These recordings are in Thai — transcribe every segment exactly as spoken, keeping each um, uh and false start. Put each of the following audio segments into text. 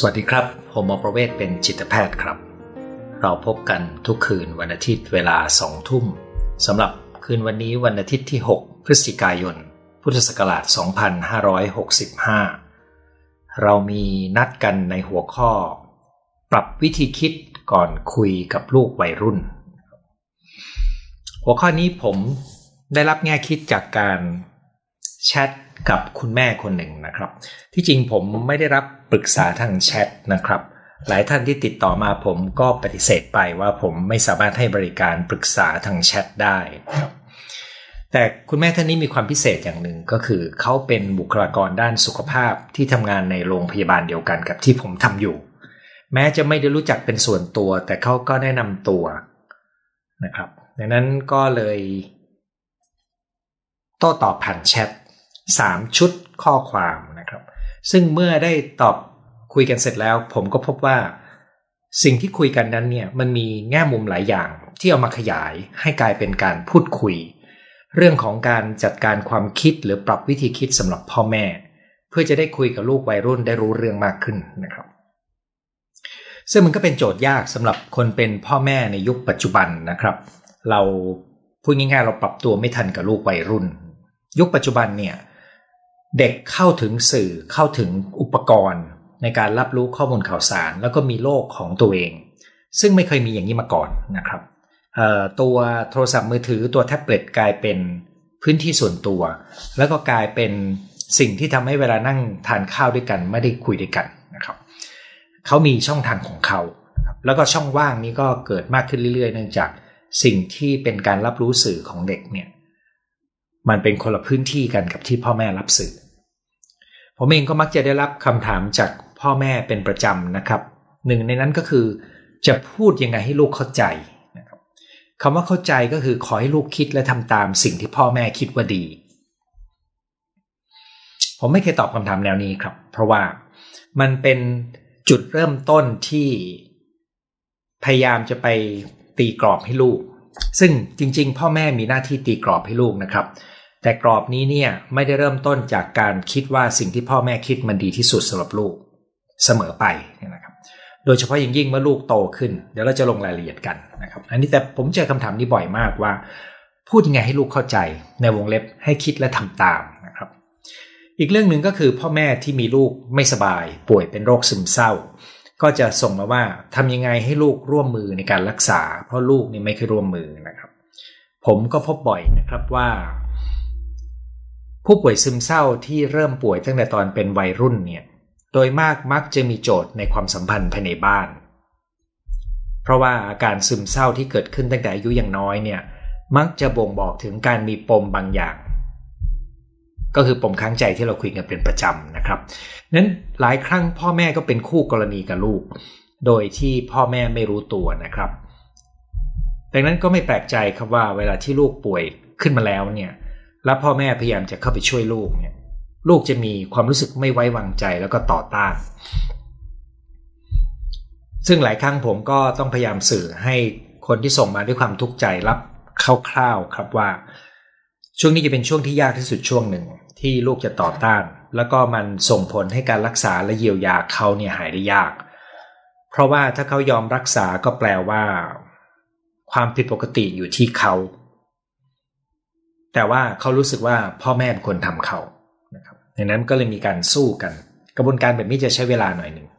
สวัสดีครับผมหมอประเวศเป็นจิตแพทย์ครับเราพบกันทุกคืนวันอาทิตย์เวลาสองทุ่มสำหรับคืนวันนี้วันอาทิตย์ที่หกพฤศจิกายนพุทธศักราชสองพันห้าร้อยหกสิบห้าเรามีนัดกันในหัวข้อปรับวิธีคิดก่อนคุยกับลูกวัยรุ่นหัวข้อนี้ผมได้รับแง่คิดจากการแชทกับคุณแม่คนหนึ่งนะครับที่จริงผมไม่ได้รับปรึกษาทางแชทนะครับหลายท่านที่ติดต่อมาผมก็ปฏิเสธไปว่าผมไม่สามารถให้บริการปรึกษาทางแชทได้แต่คุณแม่ท่านนี้มีความพิเศษอย่างหนึ่งก็คือเขาเป็นบุคลากรด้านสุขภาพที่ทำงานในโรงพยาบาลเดียวกันกับที่ผมทำอยู่แม้จะไม่ได้รู้จักเป็นส่วนตัวแต่เขาก็แนะนำตัวนะครับดังนั้นก็เลยโต้ตอบผ่านแชทสามชุดข้อความนะครับซึ่งเมื่อได้ตอบคุยกันเสร็จแล้วผมก็พบว่าสิ่งที่คุยกันนั้นเนี่ยมันมีแง่มุมหลายอย่างที่เอามาขยายให้กลายเป็นการพูดคุยเรื่องของการจัดการความคิดหรือปรับวิธีคิดสำหรับพ่อแม่เพื่อจะได้คุยกับลูกวัยรุ่นได้รู้เรื่องมากขึ้นนะครับซึ่งมันก็เป็นโจทย์ยากสำหรับคนเป็นพ่อแม่ในยุคปัจจุบันนะครับเราพูดง่ายๆเราปรับตัวไม่ทันกับลูกวัยรุ่นยุคปัจจุบันเนี่ยเด็กเข้าถึงสื่อเข้าถึงอุปกรณ์ในการรับรู้ข้อมูลข่าวสารแล้วก็มีโลกของตัวเองซึ่งไม่เคยมีอย่างนี้มาก่อนนะครับตัวโทรศัพท์มือถือตัวแท็บเล็ตกลายเป็นพื้นที่ส่วนตัวแล้วก็กลายเป็นสิ่งที่ทำให้เวลานั่งทานข้าวด้วยกันไม่ได้คุยด้วยกันนะครับเขามีช่องทางของเขาแล้วก็ช่องว่างนี้ก็เกิดมากขึ้นเรื่อยๆเนื่องจากสิ่งที่เป็นการรับรู้สื่อของเด็กเนี่ยมันเป็นคนละพื้นที่กันกับที่พ่อแม่รับสื่อผมเองก็มักจะได้รับคำถามจากพ่อแม่เป็นประจำนะครับหนึ่งในนั้นก็คือจะพูดยังไงให้ลูกเข้าใจนะครับคำว่าเข้าใจก็คือขอให้ลูกคิดและทำตามสิ่งที่พ่อแม่คิดว่าดีผมไม่เคยตอบคำถามแนวนี้ครับเพราะว่ามันเป็นจุดเริ่มต้นที่พยายามจะไปตีกรอบให้ลูกซึ่งจริงๆพ่อแม่มีหน้าที่ตีกรอบให้ลูกนะครับแต่กรอบนี้เนี่ยไม่ได้เริ่มต้นจากการคิดว่าสิ่งที่พ่อแม่คิดมันดีที่สุดสำหรับลูกเสมอไปนะครับโดยเฉพาะอย่างยิ่งเมื่อลูกโตขึ้นเดี๋ยวเราจะลงรายละเอียดกันนะครับอันนี้แต่ผมเจอคำถามนี้บ่อยมากว่าพูดยังไงให้ลูกเข้าใจในวงเล็บให้คิดและทำตามนะครับอีกเรื่องหนึ่งก็คือพ่อแม่ที่มีลูกไม่สบายป่วยเป็นโรคซึมเศร้าก็จะส่งมาว่าทำยังไงให้ลูกร่วมมือในการรักษาเพราะลูกนี่ไม่เคยร่วมมือนะครับผมก็พบบ่อยนะครับว่าผู้ป่วยซึมเศร้าที่เริ่มป่วยตั้งแต่ตอนเป็นวัยรุ่นเนี่ยโดยมากมักจะมีโจทย์ในความสัมพันธ์ภายในบ้านเพราะว่าอาการซึมเศร้าที่เกิดขึ้นตั้งแต่อายุยังน้อยเนี่ยมักจะบ่งบอกถึงการมีปมบางอย่างก็คือปมค้างใจที่เราคุยกันเป็นประจำนะครับนั้นหลายครั้งพ่อแม่ก็เป็นคู่กรณีกับลูกโดยที่พ่อแม่ไม่รู้ตัวนะครับดังนั้นก็ไม่แปลกใจครับว่าเวลาที่ลูกป่วยขึ้นมาแล้วเนี่ยแล้วพ่อแม่พยายามจะเข้าไปช่วยลูกเนี่ยลูกจะมีความรู้สึกไม่ไว้วางใจแล้วก็ต่อต้านซึ่งหลายครั้งผมก็ต้องพยายามสื่อให้คนที่ส่งมาด้วยความทุกข์ใจรับคร่าวๆครับว่าช่วงนี้จะเป็นช่วงที่ยากที่สุดช่วงหนึ่งที่ลูกจะต่อต้านแล้วก็มันส่งผลให้การรักษาและเยียวยาเขาเนี่ยหายได้ยากเพราะว่าถ้าเขายอมรักษาก็แปลว่าความผิดปกติอยู่ที่เขาแต่ว่าเขารู้สึกว่าพ่อแม่เป็นคนทำเขานะครับดังนั้นก็เลยมีการสู้กันกระบวนการแบบนี้จะใช้เวลาหน่อยหนึ่ง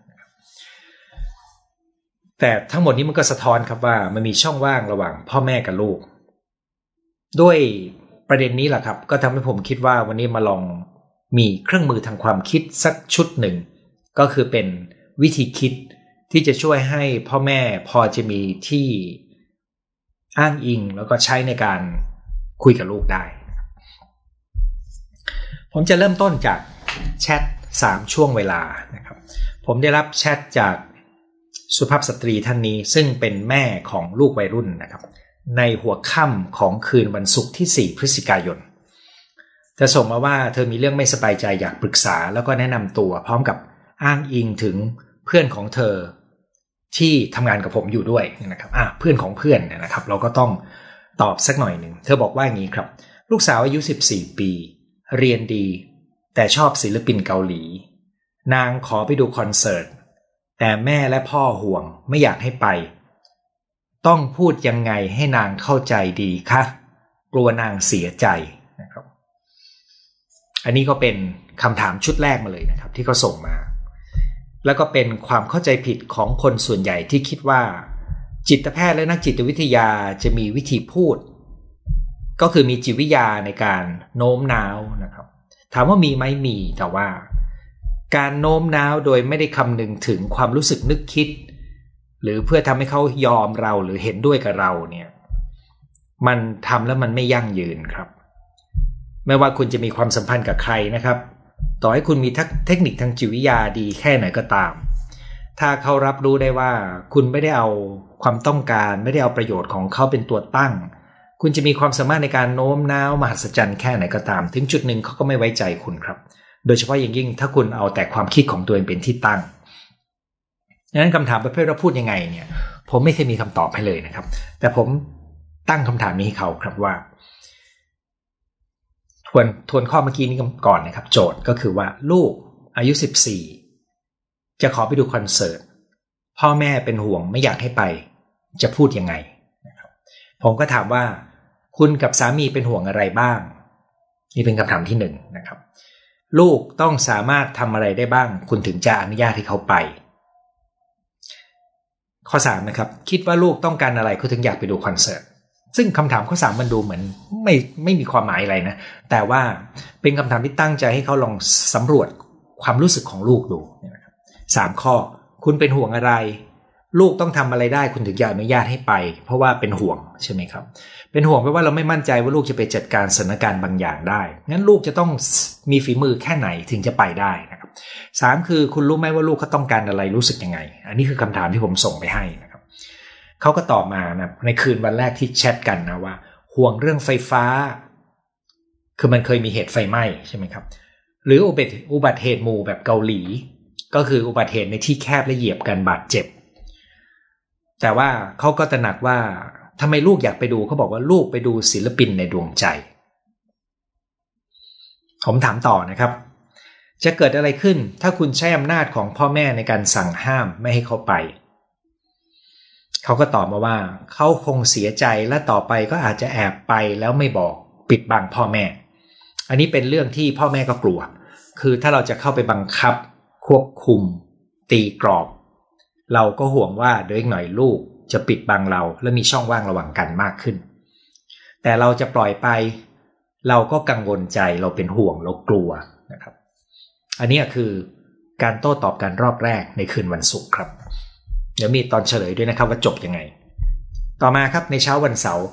แต่ทั้งหมดนี้มันก็สะท้อนครับว่ามันมีช่องว่างระหว่างพ่อแม่กับลูกด้วยประเด็นนี้แหละครับก็ทำให้ผมคิดว่าวันนี้มาลองมีเครื่องมือทางความคิดสักชุดหนึ่งก็คือเป็นวิธีคิดที่จะช่วยให้พ่อแม่พอจะมีที่อ้างอิงแล้วก็ใช้ในการคุยกับลูกได้ผมจะเริ่มต้นจากแชทสามช่วงเวลานะครับผมได้รับแชทจากสุภาพสตรีท่านนี้ซึ่งเป็นแม่ของลูกวัยรุ่นนะครับในหัวค่ำของคืนวันศุกร์ที่สี่พฤศจิกายนเธอส่งมาว่าเธอมีเรื่องไม่สบายใจอยากปรึกษาแล้วก็แนะนำตัวพร้อมกับอ้างอิงถึงเพื่อนของเธอที่ทำงานกับผมอยู่ด้วยนะครับอ่ะเพื่อนของเพื่อนเนี่ยนะครับเราก็ต้องตอบสักหน่อยหนึ่งเธอบอกว่าอย่างนี้ครับลูกสาวอายุสิบสี่ปีเรียนดีแต่ชอบศิลปินเกาหลีนางขอไปดูคอนเสิร์ตแต่แม่และพ่อห่วงไม่อยากให้ไปต้องพูดยังไงให้นางเข้าใจดีคะกลัวนางเสียใจนะครับอันนี้ก็เป็นคำถามชุดแรกมาเลยนะครับที่เขาส่งมาแล้วก็เป็นความเข้าใจผิดของคนส่วนใหญ่ที่คิดว่าจิตแพทย์และนักจิตวิทยาจะมีวิธีพูดก็คือมีจิตวิทยาในการโน้มน้าวนะครับถามว่ามีไหมมีแต่ว่าการโน้มน้าวโดยไม่ได้คำนึงถึงความรู้สึกนึกคิดหรือเพื่อทำให้เขายอมเราหรือเห็นด้วยกับเราเนี่ยมันทำแล้วมันไม่ยั่งยืนครับไม่ว่าคุณจะมีความสัมพันธ์กับใครนะครับต่อให้คุณมีเทคนิคทางจิตวิทยาดีแค่ไหนก็ตามถ้าเขารับรู้ได้ว่าคุณไม่ได้เอาความต้องการไม่ได้เอาประโยชน์ของเขาเป็นตัวตั้งคุณจะมีความสามารถในการโน้มน้าวมหัศจรรย์แค่ไหนก็ตามถึงจุดหนึ่งเขาก็ไม่ไว้ใจคุณครับโดยเฉพาะอย่างยิ่งถ้าคุณเอาแต่ความคิดของตัวเองเป็นที่ตั้งดังนั้นคำถามประเภทเราพูดยังไงเนี่ยผมไม่เคยมีคำตอบให้เลยนะครับแต่ผมตั้งคำถามนี้ให้เขาครับว่าทวนทวนข้อเมื่อกี้นี้ก่อนนะครับโจทย์ก็คือว่าลูกอายุสิบสี่จะขอไปดูคอนเสิร์ตพ่อแม่เป็นห่วงไม่อยากให้ไปจะพูดยังไงนะครับผมก็ถามว่าคุณกับสามีเป็นห่วงอะไรบ้างนี่เป็นคำถามที่หนึ่งนะครับลูกต้องสามารถทำอะไรได้บ้างคุณถึงจะอนุญาตให้เขาไปข้อสามนะครับคิดว่าลูกต้องการอะไรเขาถึงอยากไปดูคอนเสิร์ตซึ่งคำถามข้อสามมันดูเหมือนไม่ไม่มีความหมายอะไรนะแต่ว่าเป็นคำถามที่ตั้งใจให้เขาลองสำรวจความรู้สึกของลูกดูนะครับสามข้อคุณเป็นห่วงอะไรลูกต้องทำอะไรได้คุณถึงจะอนุญาตให้ไปเพราะว่าเป็นห่วงใช่ไหมครับเป็นห่วงเพราะว่าเราไม่มั่นใจว่าลูกจะไปจัดการสถานการณ์บางอย่างได้งั้นลูกจะต้องมีฝีมือแค่ไหนถึงจะไปได้นะครับสามคือคุณรู้ไหมว่าลูกเขาต้องการอะไรรู้สึกยังไงอันนี้คือคำถามที่ผมส่งไปให้นะครับเขาก็ตอบมานะในคืนวันแรกที่แชทกันนะว่าห่วงเรื่องไฟฟ้าคือมันเคยมีเหตุไฟไหม้ใช่ไหมครับหรืออุบัติอุบัติเหตุหมู่แบบเกาหลีก็คืออุบัติเหตุในที่แคบและเหยียบกันบาดเจ็บแต่ว่าเขาก็ตระหนักว่าทำไมลูกอยากไปดูเขาบอกว่าลูกไปดูศิลปินในดวงใจผมถามต่อนะครับจะเกิดอะไรขึ้นถ้าคุณใช้อำนาจของพ่อแม่ในการสั่งห้ามไม่ให้เขาไปเขาก็ตอบมาว่าเขาคงเสียใจและต่อไปก็อาจจะแอบไปแล้วไม่บอกปิดบังพ่อแม่อันนี้เป็นเรื่องที่พ่อแม่ก็กลัวคือถ้าเราจะเข้าไปบังคับควบคุมตีกรอบเราก็ห่วงว่าเดี๋ยวอีกหน่อยลูกจะปิดบังเราและมีช่องว่างระหว่างกันมากขึ้นแต่เราจะปล่อยไปเราก็กังวลใจเราเป็นห่วงเรากลัวนะครับอันนี้คือการโต้ตอบกันรอบแรกในคืนวันศุกร์ครับเดี๋ยวมีตอนเฉลยด้วยนะครับว่าจบยังไงต่อมาครับในเช้าวันเสาร์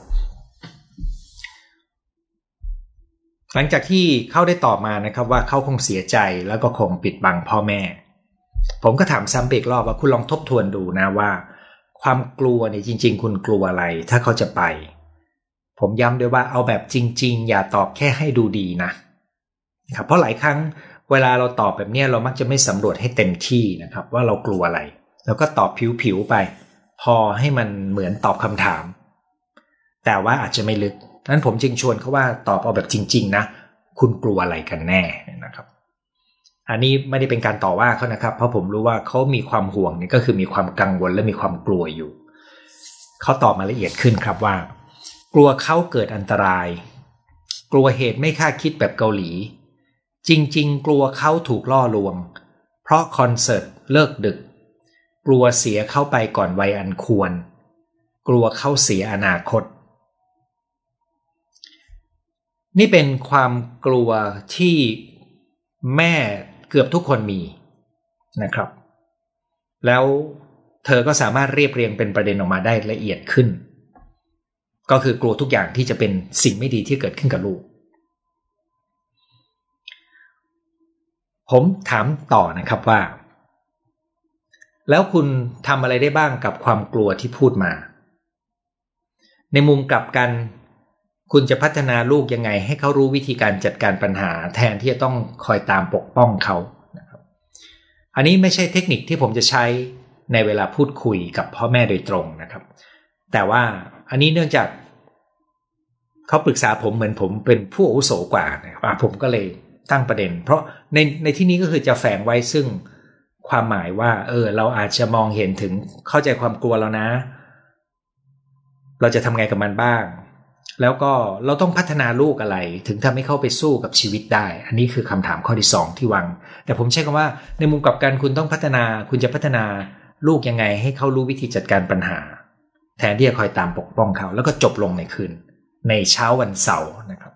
หลังจากที่เขาได้ตอบมานะครับว่าเขาคงเสียใจแล้วก็คงปิดบังพ่อแม่ผมก็ถามซ้ำอีกรอบว่าคุณลองทบทวนดูนะว่าความกลัวเนี่ยจริงๆคุณกลัวอะไรถ้าเขาจะไปผมย้ำด้วยว่าเอาแบบจริงๆอย่าตอบแค่ให้ดูดีนะครับเพราะหลายครั้งเวลาเราตอบแบบนี้เรามักจะไม่สำรวจให้เต็มที่นะครับว่าเรากลัวอะไรแล้วก็ตอบผิวๆไปพอให้มันเหมือนตอบคำถามแต่ว่าอาจจะไม่ลึกนั้นผมจึงชวนเขาว่าตอบเอาแบบจริงๆนะคุณกลัวอะไรกันแน่นะครับอันนี้ไม่ได้เป็นการต่อว่าเขานะครับเพราะผมรู้ว่าเขามีความห่วงนี่ก็คือมีความกังวลและมีความกลัวอยู่เขาตอบมาละเอียดขึ้นครับว่ากลัวเขาเกิดอันตรายกลัวเหตุไม่คาดคิดแบบเกาหลีจริงๆกลัวเขาถูกล่อลวงเพราะคอนเสิร์ตเลิกดึกกลัวเสียเข้าไปก่อนวัยอันควรกลัวเขาเสียอนาคตนี่เป็นความกลัวที่แม่เกือบทุกคนมีนะครับแล้วเธอก็สามารถเรียบเรียงเป็นประเด็นออกมาได้ละเอียดขึ้นก็คือกลัวทุกอย่างที่จะเป็นสิ่งไม่ดีที่เกิดขึ้นกับลูกผมถามต่อนะครับว่าแล้วคุณทำอะไรได้บ้างกับความกลัวที่พูดมาในมุมกลับกันคุณจะพัฒนาลูกยังไงให้เขารู้วิธีการจัดการปัญหาแทนที่จะต้องคอยตามปกป้องเขานะครับอันนี้ไม่ใช่เทคนิคที่ผมจะใช้ในเวลาพูดคุยกับพ่อแม่โดยตรงนะครับแต่ว่าอันนี้เนื่องจากเขาปรึกษาผมเหมือนผมเป็นผู้อาวุโสกว่านะครับผมก็เลยตั้งประเด็นเพราะในในที่นี้ก็คือจะแฝงไว้ซึ่งความหมายว่าเออเราอาจจะมองเห็นถึงเข้าใจความกลัวแล้วนะเราจะทำไงกับมันบ้างแล้วก็เราต้องพัฒนาลูกอะไรถึงทำให้เขาไปสู้กับชีวิตได้อันนี้คือคำถามข้อที่สองที่วางแต่ผมใช้คำว่าในมุมกลับกันคุณต้องพัฒนาคุณจะพัฒนาลูกยังไงให้เขารู้วิธีจัดการปัญหาแทนที่จะคอยตามปกป้องเขาแล้วก็จบลงในคืนในเช้าวันเสาร์นะครับ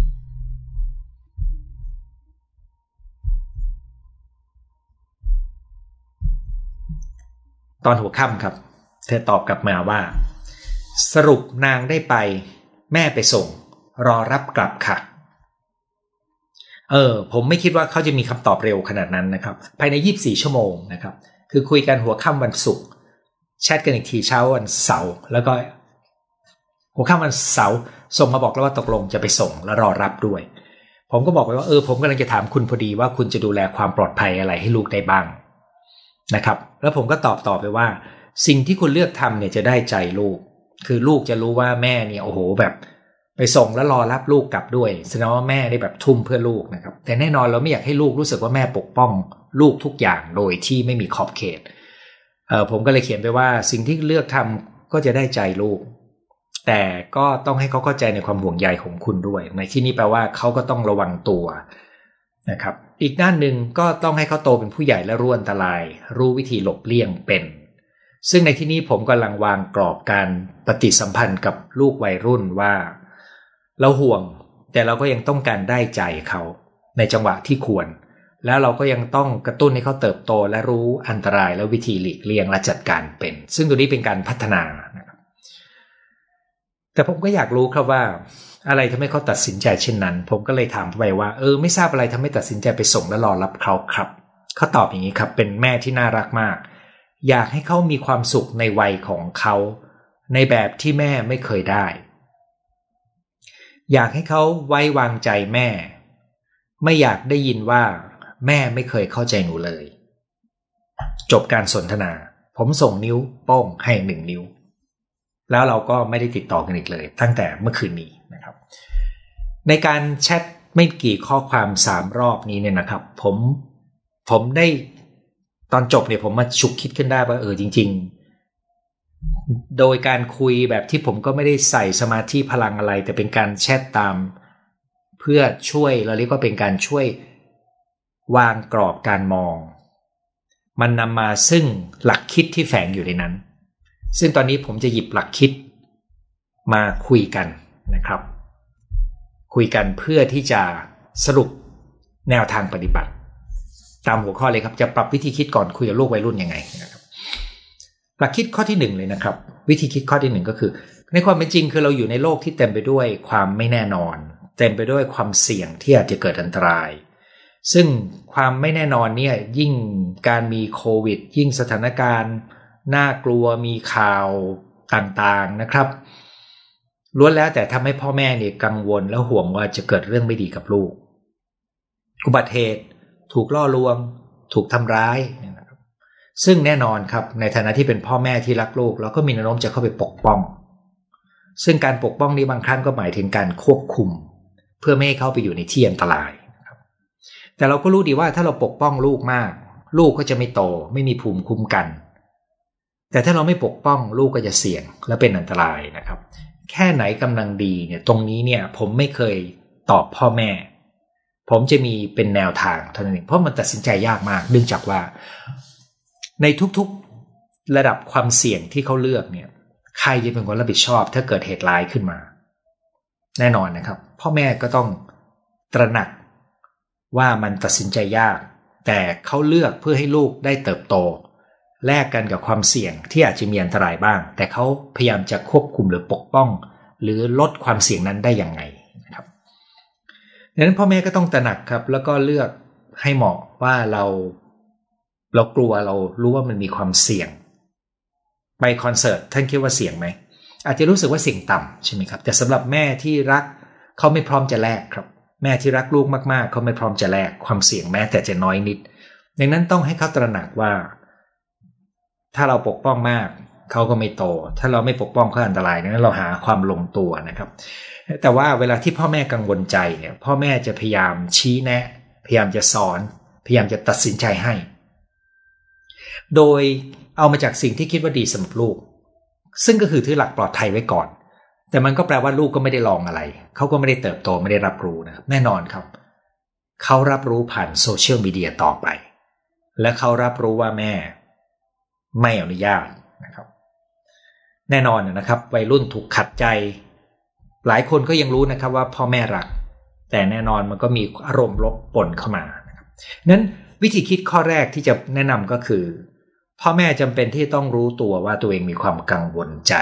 ตอนหัวค่ำครับเธอตอบกลับมาว่าสรุปนางได้ไปแม่ไปส่งรอรับกลับค่ะเออผมไม่คิดว่าเขาจะมีคำตอบเร็วขนาดนั้นนะครับภายในยี่สิบสี่ชั่วโมงนะครับคือคุยกันหัวค่ำวันศุกร์แชทกันอีกทีเช้าวันเสาร์แล้วก็หัวค่ำวันเสาร์ส่งมาบอกแล้วว่าตกลงจะไปส่งและรอรับด้วยผมก็บอกไปว่าเออผมกำลังจะถามคุณพอดีว่าคุณจะดูแลความปลอดภัยอะไรให้ลูกได้บ้างนะครับแล้วผมก็ตอบต่อไปว่าสิ่งที่คุณเลือกทำเนี่ยจะได้ใจลูกคือลูกจะรู้ว่าแม่เนี่ยโอ้โหแบบไปส่งแล้วรอรับลูกกลับด้วยแสดงว่าแม่ได้แบบทุ่มเพื่อลูกนะครับแต่แน่นอนเราไม่อยากให้ลูกรู้สึกว่าแม่ปกป้องลูกทุกอย่างโดยที่ไม่มีขอบเขตเอ่อผมก็เลยเขียนไปว่าสิ่งที่เลือกทำก็จะได้ใจลูกแต่ก็ต้องให้เขาเข้าใจในความห่วงใยของคุณด้วยในที่นี้แปลว่าเขาก็ต้องระวังตัวนะครับอีกด้านหนึ่งก็ต้องให้เขาโตเป็นผู้ใหญ่และรู้อันตรายรู้วิธีหลบเลี่ยงเป็นซึ่งในที่นี้ผมกำลังวางกรอบการปฏิสัมพันธ์กับลูกวัยรุ่นว่าเราห่วงแต่เราก็ยังต้องการได้ใจเขาในจังหวะที่ควรแล้วเราก็ยังต้องกระตุ้นให้เขาเติบโตและรู้อันตรายและวิธีหลีกเลี่ยงและจัดการเป็นซึ่งตัวนี้เป็นการพัฒนานะครับแต่ผมก็อยากรู้ครับว่าอะไรทำให้เขาตัดสินใจเช่นนั้นผมก็เลยถามไปว่าเออไม่ทราบอะไรทำให้ตัดสินใจไปส่งและรอรับเขาครับเขาตอบอย่างนี้ครับเป็นแม่ที่น่ารักมากอยากให้เขามีความสุขในวัยของเขาในแบบที่แม่ไม่เคยได้อยากให้เขาไว้วางใจแม่ไม่อยากได้ยินว่าแม่ไม่เคยเข้าใจหนูเลยจบการสนทนาผมส่งนิ้วโป้งให้หนึ่งนิ้วแล้วเราก็ไม่ได้ติดต่อกันอีกเลยตั้งแต่เมื่อคืนนี้นะครับในการแชทไม่กี่ข้อความสามรอบนี้เนี่ยนะครับผมผมได้ตอนจบเนี่ยผมมาฉุกคิดขึ้นได้ว่าเออจริงๆโดยการคุยแบบที่ผมก็ไม่ได้ใส่สมาธิพลังอะไรแต่เป็นการแชทตามเพื่อช่วยเราเรียกว่าเป็นการช่วยวางกรอบการมองมันนำมาซึ่งหลักคิดที่แฝงอยู่ในนั้นซึ่งตอนนี้ผมจะหยิบหลักคิดมาคุยกันนะครับคุยกันเพื่อที่จะสรุปแนวทางปฏิบัติตามหัวข้อเลยครับจะปรับวิธีคิดก่อนคุยกับลูกวัยรุ่นยังไงนะครับหลักคิดข้อที่หนึ่งเลยนะครับวิธีคิดข้อที่หนึ่งก็คือในความเป็นจริงคือเราอยู่ในโลกที่เต็มไปด้วยความไม่แน่นอนเต็มไปด้วยความเสี่ยงที่อาจจะเกิดอันตรายซึ่งความไม่แน่นอนเนี่ยยิ่งการมีโควิดยิ่งสถานการณ์น่ากลัวมีข่าวต่างๆนะครับล้วนแล้วแต่ทำให้พ่อแม่เนี่ยกังวลและห่วงว่าจะเกิดเรื่องไม่ดีกับลูกอุบัติเหตุถูกล่อลวงถูกทำร้ายนะครับซึ่งแน่นอนครับในฐานะที่เป็นพ่อแม่ที่รักลูกเราก็มีแนวโน้มจะเข้าไปปกป้องซึ่งการปกป้องนี้บางครั้งก็หมายถึงการควบคุมเพื่อไม่ให้เขาไปอยู่ในที่อันตรายนะครับแต่เราก็รู้ดีว่าถ้าเราปกป้องลูกมากลูกก็จะไม่โตไม่มีภูมิคุ้มกันแต่ถ้าเราไม่ปกป้องลูกก็จะเสี่ยงและเป็นอันตรายนะครับแค่ไหนกำลังดีเนี่ยตรงนี้เนี่ยผมไม่เคยตอบพ่อแม่ผมจะมีเป็นแนวทางเท่านั้นเองเพราะมันตัดสินใจยากมากเนื่องจากว่าในทุกๆระดับความเสี่ยงที่เขาเลือกเนี่ยใครจะเป็นคนรับผิดชอบถ้าเกิดเหตุร้ายขึ้นมาแน่นอนนะครับพ่อแม่ก็ต้องตระหนักว่ามันตัดสินใจยากแต่เขาเลือกเพื่อให้ลูกได้เติบโตแลกกันกับความเสี่ยงที่อาจจะมีอันตรายบ้างแต่เขาพยายามจะควบคุมหรือปกป้องหรือลดความเสี่ยงนั้นได้อย่างไงนะครับดังนั้นพ่อแม่ก็ต้องตระหนักครับแล้วก็เลือกให้เหมาะว่าเราเรากลัวเรารู้ว่ามันมีความเสี่ยงไปคอนเสิร์ตท่านคิดว่าเสี่ยงไหมอาจจะรู้สึกว่าเสี่ยงต่ำใช่ไหมครับแต่สำหรับแม่ที่รักเขาไม่พร้อมจะแลกครับแม่ที่รักลูกมากๆเขาไม่พร้อมจะแลกความเสี่ยงแม้แต่จะน้อยนิดดังนั้นต้องให้เขาตระหนักว่าถ้าเราปกป้องมากเขาก็ไม่โตถ้าเราไม่ปกป้องเขาอันตรายนั้นเราหาความลงตัวนะครับแต่ว่าเวลาที่พ่อแม่กังวลใจเนี่ยพ่อแม่จะพยายามชี้แนะพยายามจะสอนพยายามจะตัดสินใจให้โดยเอามาจากสิ่งที่คิดว่าดีสำหรับลูกซึ่งก็คือถือหลักปลอดภัยไว้ก่อนแต่มันก็แปลว่าลูกก็ไม่ได้ลองอะไรเขาก็ไม่ได้เติบโตไม่ได้รับรู้นะแน่นอนครับเขารับรู้ผ่านโซเชียลมีเดียต่อไปและเขารับรู้ว่าแม่ไม่อนุญาตนะครับแน่นอนนะครับวัยรุ่นถูกขัดใจหลายคนก็ยังรู้นะครับว่าพ่อแม่รักแต่แน่นอนมันก็มีอารมณ์ลบปนเข้ามานะครับนั้นวิธีคิดข้อแรกที่จะแนะนำก็คือพ่อแม่จำเป็นที่ต้องรู้ตัวว่าตัวเองมีความกังวลใจ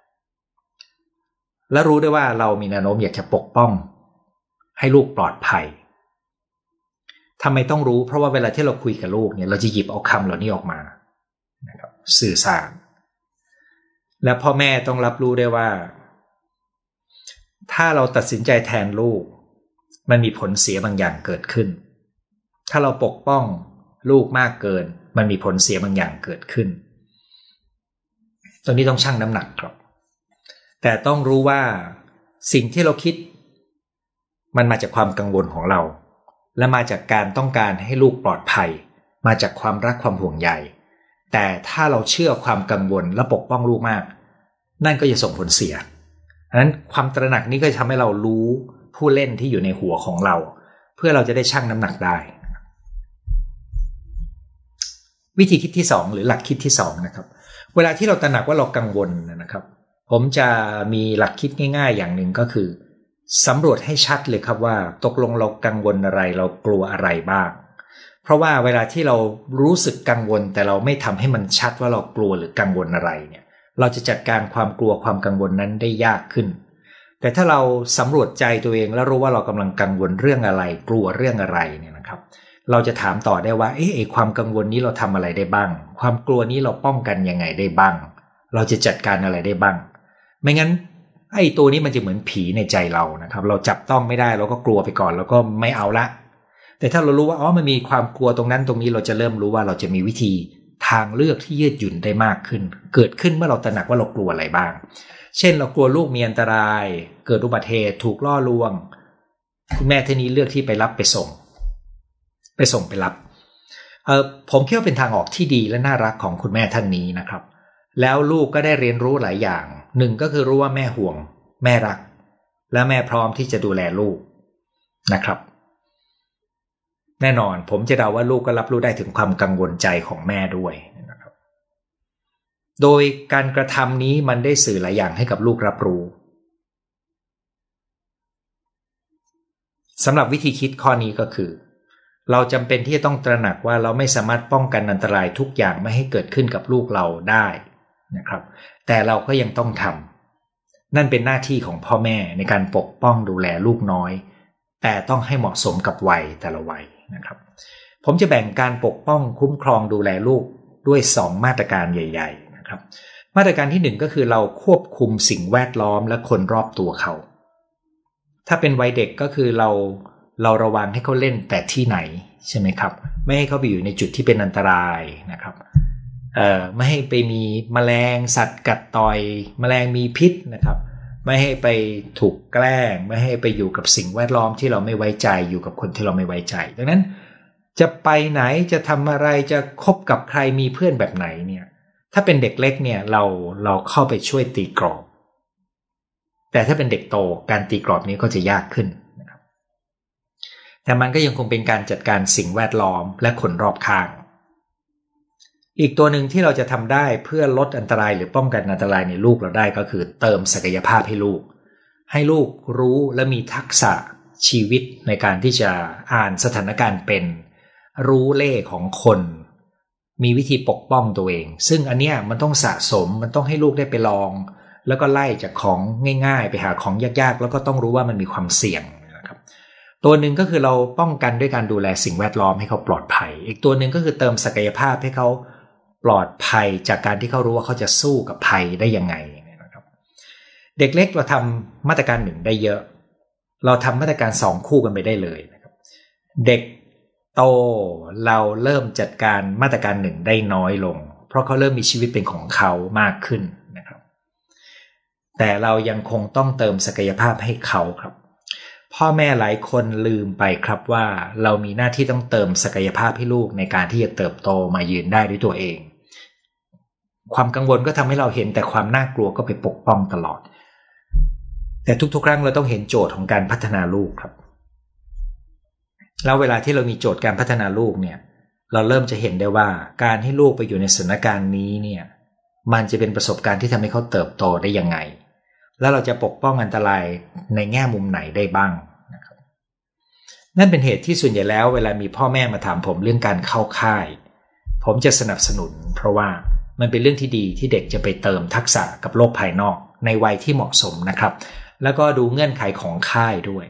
และรู้ด้วยว่าเรามีแนวโน้มอยากจะปกป้องให้ลูกปลอดภัยทำไมต้องรู้เพราะว่าเวลาที่เราคุยกับลูกเนี่ยเราจะหยิบเอาคำเหล่านี้ออกมานะครับสื่อสารและพ่อแม่ต้องรับรู้ได้ว่าถ้าเราตัดสินใจแทนลูกมันมีผลเสียบางอย่างเกิดขึ้นถ้าเราปกป้องลูกมากเกินมันมีผลเสียบางอย่างเกิดขึ้นตรงนี้ต้องชั่งน้ำหนักครับแต่ต้องรู้ว่าสิ่งที่เราคิดมันมาจากความกังวลของเราและมาจากการต้องการให้ลูกปลอดภัยมาจากความรักความห่วงใยแต่ถ้าเราเชื่อความกังวลและปกป้องลูกมากนั่นก็จะส่งผลเสียดังนั้นความตระหนักนี้ก็จะทำให้เรารู้ผู้เล่นที่อยู่ในหัวของเราเพื่อเราจะได้ชั่งน้ำหนักได้วิธีคิดที่สองหรือหลักคิดที่สองนะครับเวลาที่เราตระหนักว่าเรากังวลนะครับผมจะมีหลักคิดง่ายๆอย่างหนึ่งก็คือสำรวจให้ชัดเลยครับว่าตกลงเรากังวลอะไรเรากลัวอะไรบ้างเพราะว่าเวลาที่เรารู้สึกกังวลแต่เราไม่ทำให้มันชัดว่าเรากลัวหรือกังวลอะไรเนี่ยเราจะจัดการความกลัวความกังวลนั้นได้ยากขึ้นแต่ถ้าเราสำรวจใจตัวเองแล้วรู้ว่าเรากำลังกังวลเรื่องอะไรกลัวเรื่องอะไรเนี่ยนะครับเราจะถามต่อได้ว่าเอ๊ะความกังวลนี้เราทำอะไรได้บ้างความกลัวนี้เราป้องกันยังไงได้บ้างเราจะจัดการอะไรได้บ้างไม่งั้นไอ้ตัวนี้มันจะเหมือนผีในใจเรานะครับเราจับต้องไม่ได้เราก็กลัวไปก่อนแล้วก็ไม่เอาละแต่ถ้าเรารู้ว่าอ๋อมันมีความกลัวตรงนั้นตรงนี้เราจะเริ่มรู้ว่าเราจะมีวิธีทางเลือกที่ยืดหยุ่นได้มากขึ้นเกิดขึ้นเมื่อเราตระหนักว่าเรากลัวอะไรบ้างเช่นเรากลัวลูกมีอันตรายเกิดอุบัติเหตุถูกล่อลวงคุณแม่ท่านนี้เลือกที่ไปรับไปส่งไปส่งไปรับเออผมคิดว่าเป็นทางออกที่ดีและน่ารักของคุณแม่ท่านนี้นะครับแล้วลูกก็ได้เรียนรู้หลายอย่างหนึ่งก็คือรู้ว่าแม่ห่วงแม่รักและแม่พร้อมที่จะดูแลลูกนะครับแน่นอนผมจะเดาว่าลูกก็รับรู้ได้ถึงความกังวลใจของแม่ด้วยนะครับโดยการกระทำนี้มันได้สื่อหลายอย่างให้กับลูกรับรู้สำหรับวิธีคิดข้อนี้ก็คือเราจำเป็นที่จะต้องตระหนักว่าเราไม่สามารถป้องกันอันตรายทุกอย่างไม่ให้เกิดขึ้นกับลูกเราได้นะครับแต่เราก็ยังต้องทำนั่นเป็นหน้าที่ของพ่อแม่ในการปกป้องดูแลลูกน้อยแต่ต้องให้เหมาะสมกับวัยแต่ละวัยนะครับผมจะแบ่งการปกป้องคุ้มครองดูแลลูกด้วยสองมาตรการใหญ่ๆนะครับมาตรการที่หนึ่งก็คือเราควบคุมสิ่งแวดล้อมและคนรอบตัวเขาถ้าเป็นวัยเด็กก็คือเราเราระวังให้เขาเล่นแต่ที่ไหนใช่ไหมครับไม่ให้เขาไปอยู่ในจุดที่เป็นอันตรายนะครับเอ่อไม่ให้ไปมีแมลงสัตว์กัดต่อยแมลงมีพิษนะครับไม่ให้ไปถูกแกล้งไม่ให้ไปอยู่กับสิ่งแวดล้อมที่เราไม่ไว้ใจอยู่กับคนที่เราไม่ไว้ใจดังนั้นจะไปไหนจะทำอะไรจะคบกับใครมีเพื่อนแบบไหนเนี่ยถ้าเป็นเด็กเล็กเนี่ยเราเราเข้าไปช่วยตีกรอบแต่ถ้าเป็นเด็กโตการตีกรอบนี้ก็จะยากขึ้นนะครับแต่มันก็ยังคงเป็นการจัดการสิ่งแวดล้อมและคนรอบข้างอีกตัวหนึ่งที่เราจะทำได้เพื่อลดอันตรายหรือป้องกันอันตรายในลูกเราได้ก็คือเติมศักยภาพให้ลูกให้ลูกรู้และมีทักษะชีวิตในการที่จะอ่านสถานการณ์เป็นรู้เล่ห์ของคนมีวิธีปกป้องตัวเองซึ่งอันเนี้ยมันต้องสะสมมันต้องให้ลูกได้ไปลองแล้วก็ไล่จากของง่ายๆไปหาของยากๆแล้วก็ต้องรู้ว่ามันมีความเสี่ยงนะครับตัวหนึ่งก็คือเราป้องกันด้วยการดูแลสิ่งแวดล้อมให้เขาปลอดภัยอีกตัวหนึ่งก็คือเติมศักยภาพให้เขาปลอดภัยจากการที่เขารู้ว่าเขาจะสู้กับภัยได้ยังไงนะครับเด็กเล็กเราทำมาตรการหนึ่งได้เยอะเราทำมาตรการสองคู่กันไปได้เลยนะครับเด็กโตเราเริ่มจัดการมาตรการหนึ่งได้น้อยลงเพราะเขาเริ่มมีชีวิตเป็นของเขามากขึ้นนะครับแต่เรายังคงต้องเติมศักยภาพให้เขาครับพ่อแม่หลายคนลืมไปครับว่าเรามีหน้าที่ต้องเติมศักยภาพให้ลูกในการที่จะเติบโตมายืนได้ด้วยตัวเองความกังวลก็ทำให้เราเห็นแต่ความน่ากลัวก็ไปปกป้องตลอดแต่ทุกๆครั้งเราต้องเห็นโจทย์ของการพัฒนาลูกครับแล้วเวลาที่เรามีโจทย์การพัฒนาลูกเนี่ยเราเริ่มจะเห็นได้ว่าการให้ลูกไปอยู่ในสถานการณ์นี้เนี่ยมันจะเป็นประสบการณ์ที่ทำให้เขาเติบโตได้ยังไงแล้วเราจะปกป้องอันตรายในแง่มุมไหนได้บ้างนะครับนั่นเป็นเหตุที่ส่วนใหญ่แล้วเวลามีพ่อแม่มาถามผมเรื่องการเข้าค่ายผมจะสนับสนุนเพราะว่ามันเป็นเรื่องที่ดีที่เด็กจะไปเติมทักษะกับโลกภายนอกในวัยที่เหมาะสมนะครับแล้วก็ดูเงื่อนไขของค่ายด้วย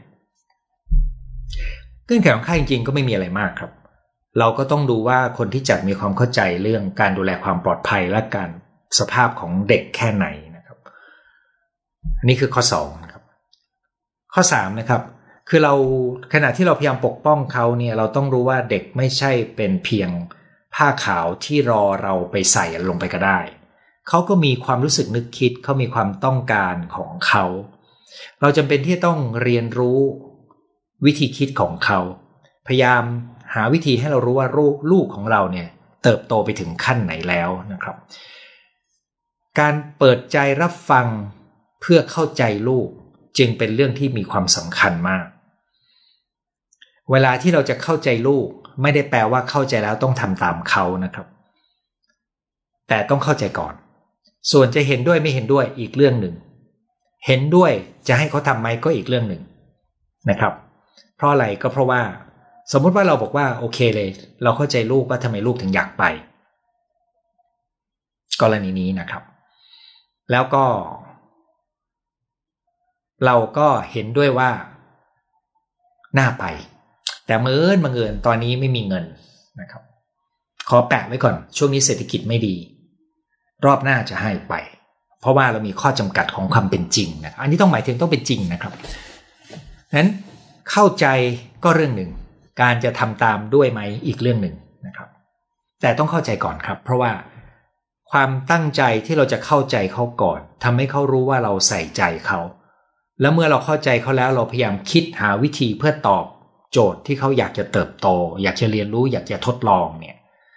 เงื่อนไขของค่ายจริงๆก็ไม่มีอะไรมากครับเราก็ต้องดูว่าคนที่จัดมีความเข้าใจเรื่องการดูแลความปลอดภัยและการสภาพของเด็กแค่ไหนนะครับอันนี้คือข้อสองนะครับข้อสามนะครับคือเราขณะที่เราพยายามปกป้องเขาเนี่ยเราต้องรู้ว่าเด็กไม่ใช่เป็นเพียงผ้าขาวที่รอเราไปใส่ลงไปก็ได้เขาก็มีความรู้สึกนึกคิดเขามีความต้องการของเขาเราจำเป็นที่ต้องเรียนรู้วิธีคิดของเขาพยายามหาวิธีให้เรารู้ว่าลูกของเราเนี่ยเติบโตไปถึงขั้นไหนแล้วนะครับการเปิดใจรับฟังเพื่อเข้าใจลูกจึงเป็นเรื่องที่มีความสำคัญมากเวลาที่เราจะเข้าใจลูกไม่ได้แปลว่าเข้าใจแล้วต้องทำตามเขานะครับแต่ต้องเข้าใจก่อนส่วนจะเห็นด้วยไม่เห็นด้วยอีกเรื่องหนึ่งเห็นด้วยจะให้เขาทำไหมก็อีกเรื่องหนึ่งนะครับเพราะอะไรก็เพราะว่าสมมุติว่าเราบอกว่าโอเคเลยเราเข้าใจลูกว่าทำไมลูกถึงอยากไปกรณีนี้นะครับแล้วก็เราก็เห็นด้วยว่าน่าไปแต่เมื่อบังเอิญตอนนี้ไม่มีเงินนะครับขอแปะไว้ก่อนช่วงนี้เศรษฐกิจไม่ดีรอบหน้าจะให้ไปเพราะว่าเรามีข้อจำกัดของความเป็นจริงนะอันนี้ต้องหมายถึงต้องเป็นจริงนะครับนั้นเข้าใจก็เรื่องหนึ่งการจะทำตามด้วยไหมอีกเรื่องหนึ่งนะครับแต่ต้องเข้าใจก่อนครับเพราะว่าความตั้งใจที่เราจะเข้าใจเขาก่อนทำให้เขารู้ว่าเราใส่ใจเขาแล้วเมื่อเราเข้าใจเขาแล้วเราพยายามคิดหาวิธีเพื่อตอบโจทย์ที่เขาอยากจะเติบโตอยากจะเรียนรู้อยากจะทดลองเนี่ย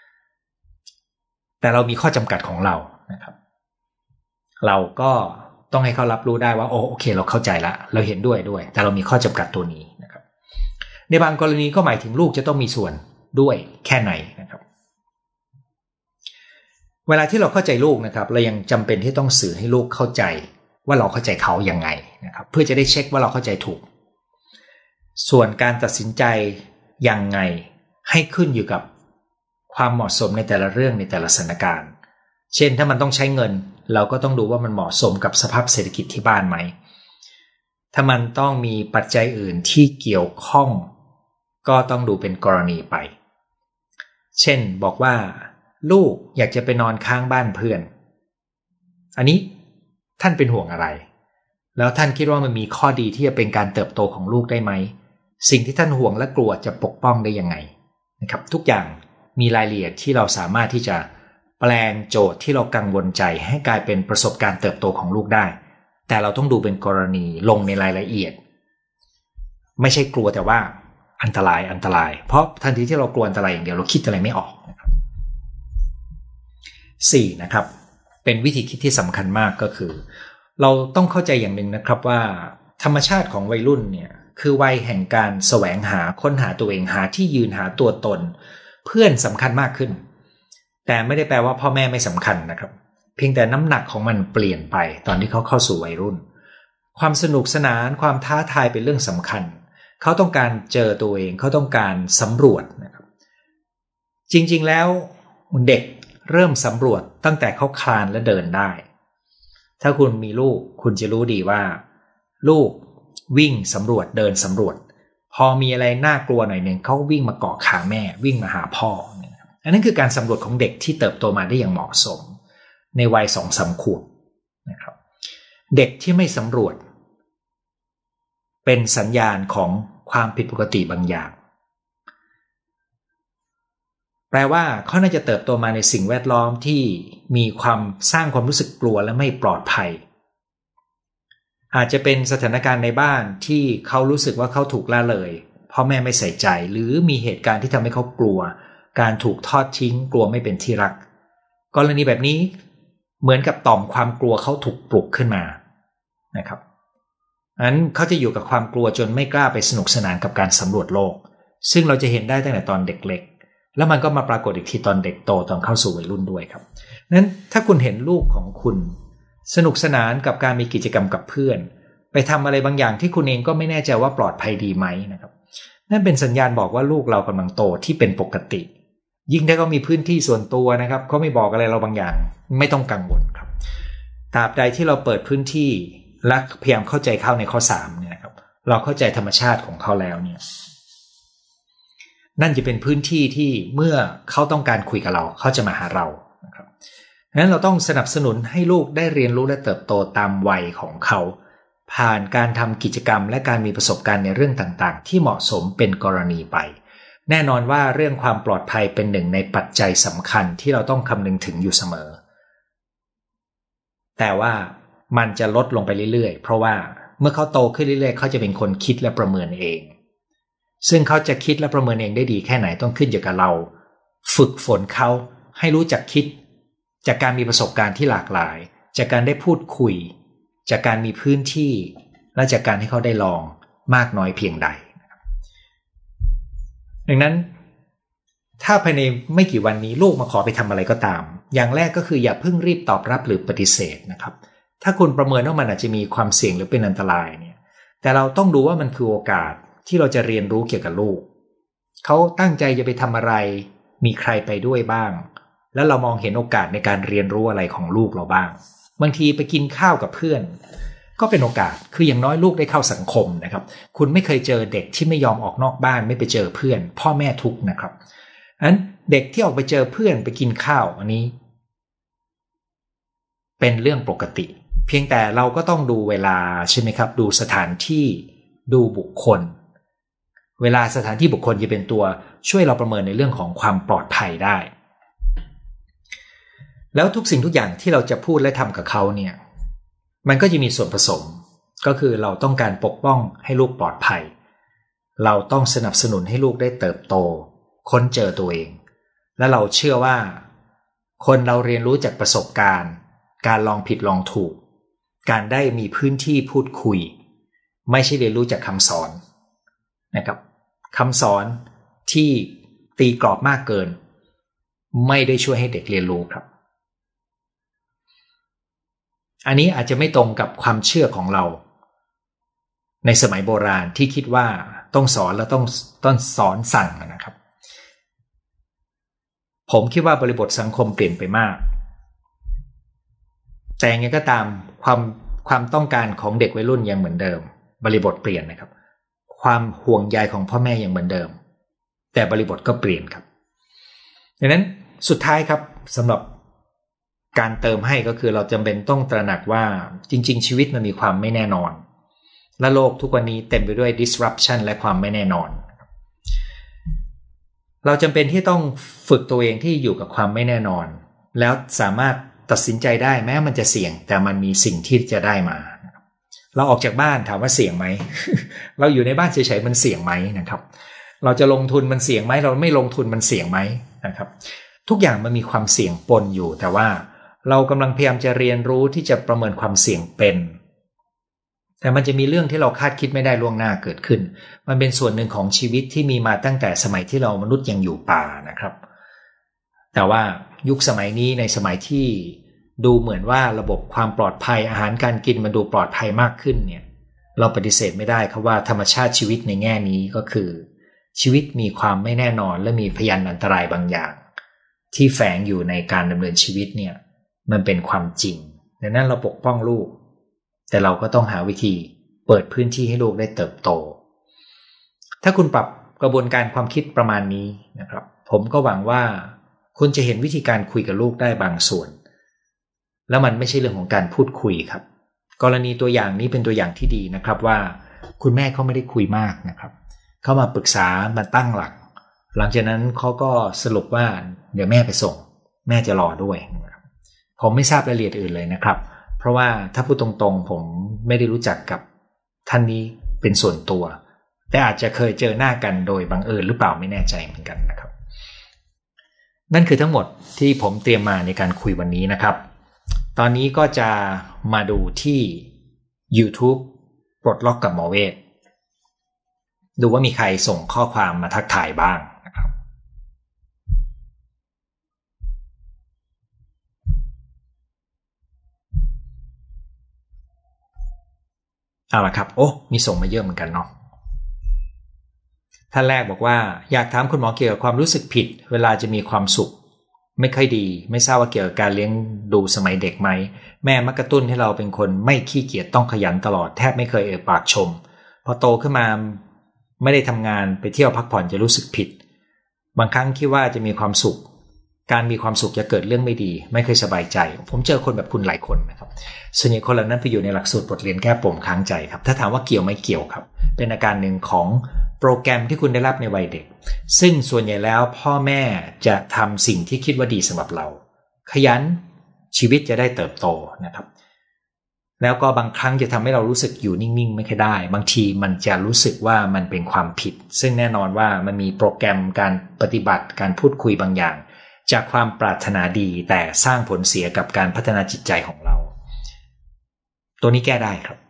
แต่เรามีข้อจำกัดของเรานะครับเราก็ต้องให้เขารับรู้ได้ว่าโอโอเคเราเข้าใจละเราเห็นด้วยด้วยแต่เรามีข้อจำกัดตัวนี้นะครับในบางกรณีก็หมายถึงลูกจะต้องมีส่วนด้วยแค่ไหนนะครับเวลาที่เราเข้าใจลูกนะครับเรายังจำเป็นที่ต้องสื่อให้ลูกเข้าใจว่าเราเข้าใจเขายังไงนะครับเพื่อจะได้เช็คว่าเราเข้าใจถูกส่วนการตัดสินใจยังไงให้ขึ้นอยู่กับความเหมาะสมในแต่ละเรื่องในแต่ละสถานการณ์เช่นถ้ามันต้องใช้เงินเราก็ต้องดูว่ามันเหมาะสมกับสภาพเศรษฐกิจที่บ้านไหมถ้ามันต้องมีปัจจัยอื่นที่เกี่ยวข้องก็ต้องดูเป็นกรณีไปเช่นบอกว่าลูกอยากจะไปนอนค้างบ้านเพื่อนอันนี้ท่านเป็นห่วงอะไรแล้วท่านคิดว่ามันมีข้อดีที่จะเป็นการเติบโตของลูกได้ไหมสิ่งที่ท่านห่วงและกลัวจะปกป้องได้ยังไงนะครับทุกอย่างมีรายละเอียดที่เราสามารถที่จะแปลงโจทย์ที่เรากังวลใจให้กลายเป็นประสบการณ์เติบโตของลูกได้แต่เราต้องดูเป็นกรณีลงในรายละเอียดไม่ใช่กลัวแต่ว่าอันตรายอันตรายเพราะทันทีที่เรากลัวอันตรายอย่างเดียวเราคิดอะไรไม่ออกนะครับสี่นะครับเป็นวิธีคิดที่สำคัญมากก็คือเราต้องเข้าใจอย่างหนึ่งนะครับว่าธรรมชาติของวัยรุ่นเนี่ยคือวัยแห่งการแสวงหาค้นหาตัวเองหาที่ยืนหาตัวตนเพื่อนสำคัญมากขึ้นแต่ไม่ได้แปลว่าพ่อแม่ไม่สำคัญนะครับเพียงแต่น้ำหนักของมันเปลี่ยนไปตอนที่เขาเข้าสู่วัยรุ่นความสนุกสนานความท้าทายเป็นเรื่องสำคัญเขาต้องการเจอตัวเองเขาต้องการสำรวจนะครับจริงๆแล้วเด็กเริ่มสำรวจตั้งแต่เขาคลานและเดินได้ถ้าคุณมีลูกคุณจะรู้ดีว่าลูกวิ่งสำรวจเดินสำรวจพอมีอะไรน่ากลัวหน่อยนึงเขาวิ่งมาเกาะขาแม่วิ่งมาหาพ่ออันนั้นคือการสำรวจของเด็กที่เติบโตมาได้อย่างเหมาะสมในวัยสองสามขวบนะครับเด็กที่ไม่สำรวจเป็นสัญญาณของความผิดปกติบางอย่างแปลว่าเขาน่าจะเติบโตมาในสิ่งแวดล้อมที่มีความสร้างความรู้สึกกลัวและไม่ปลอดภัยอาจจะเป็นสถานการณ์ในบ้านที่เขารู้สึกว่าเขาถูกละเลยพ่อแม่ไม่ใส่ใจหรือมีเหตุการณ์ที่ทำให้เขากลัวการถูกทอดทิ้งกลัวไม่เป็นที่รักกรณีแบบนี้เหมือนกับต่อมความกลัวเขาถูกปลุกขึ้นมานะครับอันเขาจะอยู่กับความกลัวจนไม่กล้าไปสนุกสนานกับการสำรวจโลกซึ่งเราจะเห็นได้ตั้งแต่ตอนเด็กเล็กแล้วมันก็มาปรากฏอีกทีตอนเด็กโตตอนเข้าสู่วัยรุ่นด้วยครับนั้นถ้าคุณเห็นลูกของคุณสนุกสนานกับการมีกิจกรรมกับเพื่อนไปทำอะไรบางอย่างที่คุณเองก็ไม่แน่ใจว่าปลอดภัยดีไหมนะครับนั่นเป็นสัญญาณบอกว่าลูกเรากำลังโตที่เป็นปกติยิ่งถ้าเขามีพื้นที่ส่วนตัวนะครับเขาไม่บอกอะไรเราบางอย่างไม่ต้องกังวลครับตราบใดที่เราเปิดพื้นที่และพยายามเข้าใจเขาในข้อสามเนี่ยนะครับเราเข้าใจธรรมชาติของเขาแล้วเนี่ยนั่นจะเป็นพื้นที่ที่เมื่อเขาต้องการคุยกับเราเขาจะมาหาเรานะครับดังนั้นเราต้องสนับสนุนให้ลูกได้เรียนรู้และเติบโตตามวัยของเขาผ่านการทำกิจกรรมและการมีประสบการณ์ในเรื่องต่างๆที่เหมาะสมเป็นกรณีไปแน่นอนว่าเรื่องความปลอดภัยเป็นหนึ่งในปัจจัยสำคัญที่เราต้องคำนึงถึงอยู่เสมอแต่ว่ามันจะลดลงไปเรื่อยๆเพราะว่าเมื่อเขาโตขึ้นเรื่อยๆเขาจะเป็นคนคิดและประเมินเองซึ่งเขาจะคิดและประเมินเองได้ดีแค่ไหนต้องขึ้นอยู่กับเราฝึกฝนเขาให้รู้จักคิดจากการมีประสบการณ์ที่หลากหลายจากการได้พูดคุยจากการมีพื้นที่และจากการให้เขาได้ลองมากน้อยเพียงใดดังนั้นถ้าภายในไม่กี่วันนี้ลูกมาขอไปทำอะไรก็ตามอย่างแรกก็คืออย่าเพิ่งรีบตอบรับหรือปฏิเสธนะครับถ้าคุณประเมินว่ามันอาจจะมีความเสี่ยงหรือเป็นอันตรายเนี่ยแต่เราต้องดูว่ามันคือโอกาสที่เราจะเรียนรู้เกี่ยวกับลูกเขาตั้งใจจะไปทำอะไรมีใครไปด้วยบ้างแล้วเรามองเห็นโอกาสในการเรียนรู้อะไรของลูกเราบ้างบางทีไปกินข้าวกับเพื่อนก็เป็นโอกาสคืออย่างน้อยลูกได้เข้าสังคมนะครับคุณไม่เคยเจอเด็กที่ไม่ยอมออกนอกบ้านไม่ไปเจอเพื่อนพ่อแม่ทุกข์นะครับอันเด็กที่ออกไปเจอเพื่อนไปกินข้าวอันนี้เป็นเรื่องปกติเพียงแต่เราก็ต้องดูเวลาใช่ไหมครับดูสถานที่ดูบุคคลเวลาสถานที่บุคคลจะเป็นตัวช่วยเราประเมินในเรื่องของความปลอดภัยได้แล้วทุกสิ่งทุกอย่างที่เราจะพูดและทำกับเขาเนี่ยมันก็จะมีส่วนผสมก็คือเราต้องการปกป้องให้ลูกปลอดภัยเราต้องสนับสนุนให้ลูกได้เติบโตค้นเจอตัวเองและเราเชื่อว่าคนเราเรียนรู้จากประสบการณ์การลองผิดลองถูกการได้มีพื้นที่พูดคุยไม่ใช่เรียนรู้จากคำสอนนะครับคำสอนที่ตีกรอบมากเกินไม่ได้ช่วยให้เด็กเรียนรู้ครับอันนี้อาจจะไม่ตรงกับความเชื่อของเราในสมัยโบราณที่คิดว่าต้องสอนแล้วต้องต้องสอนสั่งนะครับผมคิดว่าบริบทสังคมเปลี่ยนไปมากแต่ยังไงก็ตามความความต้องการของเด็กวัยรุ่นยังเหมือนเดิมบริบทเปลี่ยนนะครับความห่วงใยของพ่อแม่ยังเหมือนเดิมแต่บริบทก็เปลี่ยนครับดังนั้นสุดท้ายครับสำหรับการเติมให้ก็คือเราจำเป็นต้องตระหนักว่าจริงๆชีวิตมันมีความไม่แน่นอนและโลกทุกวันนี้เต็มไปด้วย disruption และความไม่แน่นอนเราจำเป็นที่ต้องฝึกตัวเองที่อยู่กับความไม่แน่นอนแล้วสามารถตัดสินใจได้แม้มันจะเสี่ยงแต่มันมีสิ่งที่จะได้มาเราออกจากบ้านถามว่าเสี่ยงไหม เราอยู่ในบ้านเฉยๆมันเสี่ยงไหมนะครับเราจะลงทุนมันเสี่ยงไหมเราไม่ลงทุนมันเสี่ยงไหมนะครับทุกอย่างมันมีความเสี่ยงปนอยู่แต่ว่าเรากำลังพยายามจะเรียนรู้ที่จะประเมินความเสี่ยงเป็นแต่มันจะมีเรื่องที่เราคาดคิดไม่ได้ล่วงหน้าเกิดขึ้นมันเป็นส่วนหนึ่งของชีวิตที่มีมาตั้งแต่สมัยที่เรามนุษย์ยังอยู่ป่านะครับแต่ว่ายุคสมัยนี้ในสมัยที่ดูเหมือนว่าระบบความปลอดภัยอาหารการกินมันดูปลอดภัยมากขึ้นเนี่ยเราปฏิเสธไม่ได้ครับว่าธรรมชาติชีวิตในแง่นี้ก็คือชีวิตมีความไม่แน่นอนและมีพยานอันตรายบางอย่างที่แฝงอยู่ในการดำเนินชีวิตเนี่ยมันเป็นความจริงดังนั้นเราปกป้องลูกแต่เราก็ต้องหาวิธีเปิดพื้นที่ให้ลูกได้เติบโตถ้าคุณปรับกระบวนการความคิดประมาณนี้นะครับผมก็หวังว่าคุณจะเห็นวิธีการคุยกับลูกได้บางส่วนแล้วมันไม่ใช่เรื่องของการพูดคุยครับกรณีตัวอย่างนี้เป็นตัวอย่างที่ดีนะครับว่าคุณแม่เขาไม่ได้คุยมากนะครับเขามาปรึกษามาตั้งหลักหลังจากนั้นเขาก็สรุปว่าเดี๋ยวแม่ไปส่งแม่จะรอด้วยผมไม่ทราบรายละเอียดอื่นเลยนะครับเพราะว่าถ้าพูดตรงๆผมไม่ได้รู้จักกับท่านนี้เป็นส่วนตัวแต่อาจจะเคยเจอหน้ากันโดยบังเอิญหรือเปล่าไม่แน่ใจเหมือนกันนะครับนั่นคือทั้งหมดที่ผมเตรียมมาในการคุยวันนี้นะครับตอนนี้ก็จะมาดูที่ YouTube ปลดล็อกกับหมอเวทดูว่ามีใครส่งข้อความมาทักทายบ้างนะครับเอาล่ะครับโอ้มีส่งมาเยอะเหมือนกันเนาะท่านแรกบอกว่าอยากถามคุณหมอเกี่ยวกับความรู้สึกผิดเวลาจะมีความสุขไม่ค่อยดีไม่ทราบว่าเกี่ยวกับการเลี้ยงดูสมัยเด็กไหมแม่มักกระตุ้นให้เราเป็นคนไม่ขี้เกียจต้องขยันตลอดแทบไม่เคยเอ่ยปากชมพอโตขึ้นมาไม่ได้ทำงานไปเที่ยวพักผ่อนจะรู้สึกผิดบางครั้งคิดว่าจะมีความสุขการมีความสุขจะเกิดเรื่องไม่ดีไม่เคยสบายใจผมเจอคนแบบคุณหลายคนนะครับส่วนใหญ่คนเหล่านั้นไปอยู่ในหลักสูตรบทเรียนแก้ปมค้างใจครับถ้าถามว่าเกี่ยวไม่เกี่ยวครับเป็นอาการหนึ่งของโปรแกรมที่คุณได้รับในวัยเด็กซึ่งส่วนใหญ่แล้วพ่อแม่จะทำสิ่งที่คิดว่าดีสำหรับเราขยันชีวิตจะได้เติบโตนะครับแล้วก็บางครั้งจะทำให้เรารู้สึกอยู่นิ่งๆไม่ค่อยได้บางทีมันจะรู้สึกว่ามันเป็นความผิดซึ่งแน่นอนว่ามันมีโปรแกรมการปฏิบัติการพูดคุยบางอย่างจากความปรารถนาดีแต่สร้างผลเสียกับการพัฒนาจิตใจของเราตัวนี้แก้ได้ครับ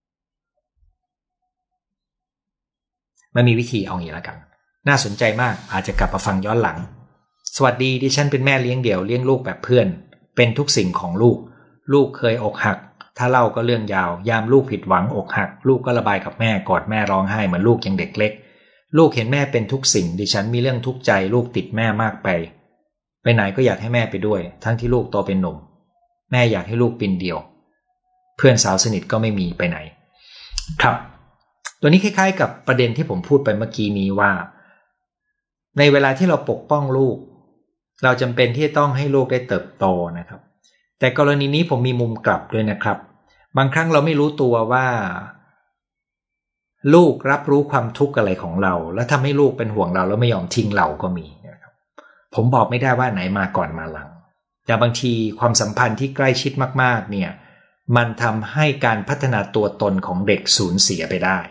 มันมีวิธีเอาอย่างนี้แล้วกันน่าสนใจมากอาจจะกลับมาฟังย้อนหลังสวัสดีดิฉันเป็นแม่เลี้ยงเดี่ยวเลี้ยงลูกแบบเพื่อนเป็นทุกสิ่งของลูกลูกเคยอกหักถ้าเล่าก็เรื่องยาวยามลูกผิดหวังอกหักลูกก็ระบายกับแม่กอดแม่ร้องไห้เหมือนลูกยังเด็กเล็กลูกเห็นแม่เป็นทุกสิ่งดิฉันมีเรื่องทุกข์ใจลูกติดแม่มากไปไปไหนก็อยากให้แม่ไปด้วยทั้งที่ลูกโตเป็นหนุ่มแม่อยากให้ลูกปีนเดียวเพื่อนสาวสนิทก็ไม่มีไปไหนครับตัวนี้คล้ายๆกับประเด็นที่ผมพูดไปเมื่อกี้นี้ว่าในเวลาที่เราปกป้องลูกเราจำเป็นที่ต้องให้ลูกได้เติบโตนะครับแต่กรณีนี้ผมมีมุมกลับด้วยนะครับบางครั้งเราไม่รู้ตัวว่าลูกรับรู้ความทุกข์อะไรของเราแล้วทำให้ลูกเป็นห่วงเราแล้วไม่ยอมทิ้งเราก็มีนะครับผมบอกไม่ได้ว่าไหนมาก่อนมาหลังแต่บางทีความสัมพันธ์ที่ใกล้ชิดมากๆเนี่ยมันทำให้การพัฒนาตัวตนของเด็กสูญเสียไปได้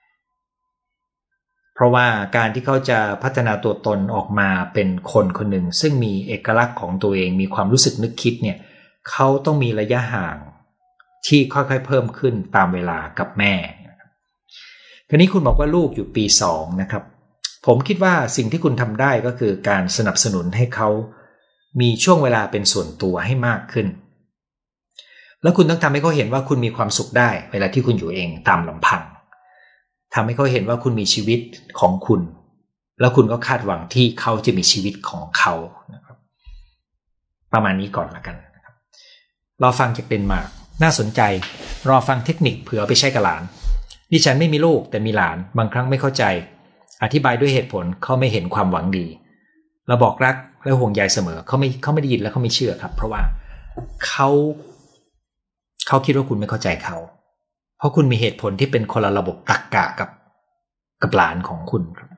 เพราะว่าการที่เขาจะพัฒนาตัวตนออกมาเป็นคนคนหนึ่งซึ่งมีเอกลักษณ์ของตัวเองมีความรู้สึกนึกคิดเนี่ยเขาต้องมีระยะห่างที่ค่อยๆเพิ่มขึ้นตามเวลากับแม่คราวนี้คุณบอกว่าลูกอยู่ปีสองนะครับผมคิดว่าสิ่งที่คุณทำได้ก็คือการสนับสนุนให้เขามีช่วงเวลาเป็นส่วนตัวให้มากขึ้นแล้วคุณต้องทำให้เขาเห็นว่าคุณมีความสุขได้เวลาที่คุณอยู่เองตามลำพังทำให้เขาเห็นว่าคุณมีชีวิตของคุณแล้วคุณก็คาดหวังที่เขาจะมีชีวิตของเขานะครับประมาณนี้ก่อนละกันนะครับรอฟังจากเดนมาร์กน่าสนใจรอฟังเทคนิคเผื่อไปใช้กับหลานดิฉันไม่มีลูกแต่มีหลานบางครั้งไม่เข้าใจอธิบายด้วยเหตุผลเขาไม่เห็นความหวังดีเราบอกรักและห่วงใยเสมอเขาไม่เขาไม่ได้ยินและเขาไม่เชื่อครับเพราะว่าเขาเขาคิดว่าคุณไม่เข้าใจเขาเพราะคุณมีเหตุผลที่เป็นคนละระบบตรรกะกับกับหลานของคุณครับ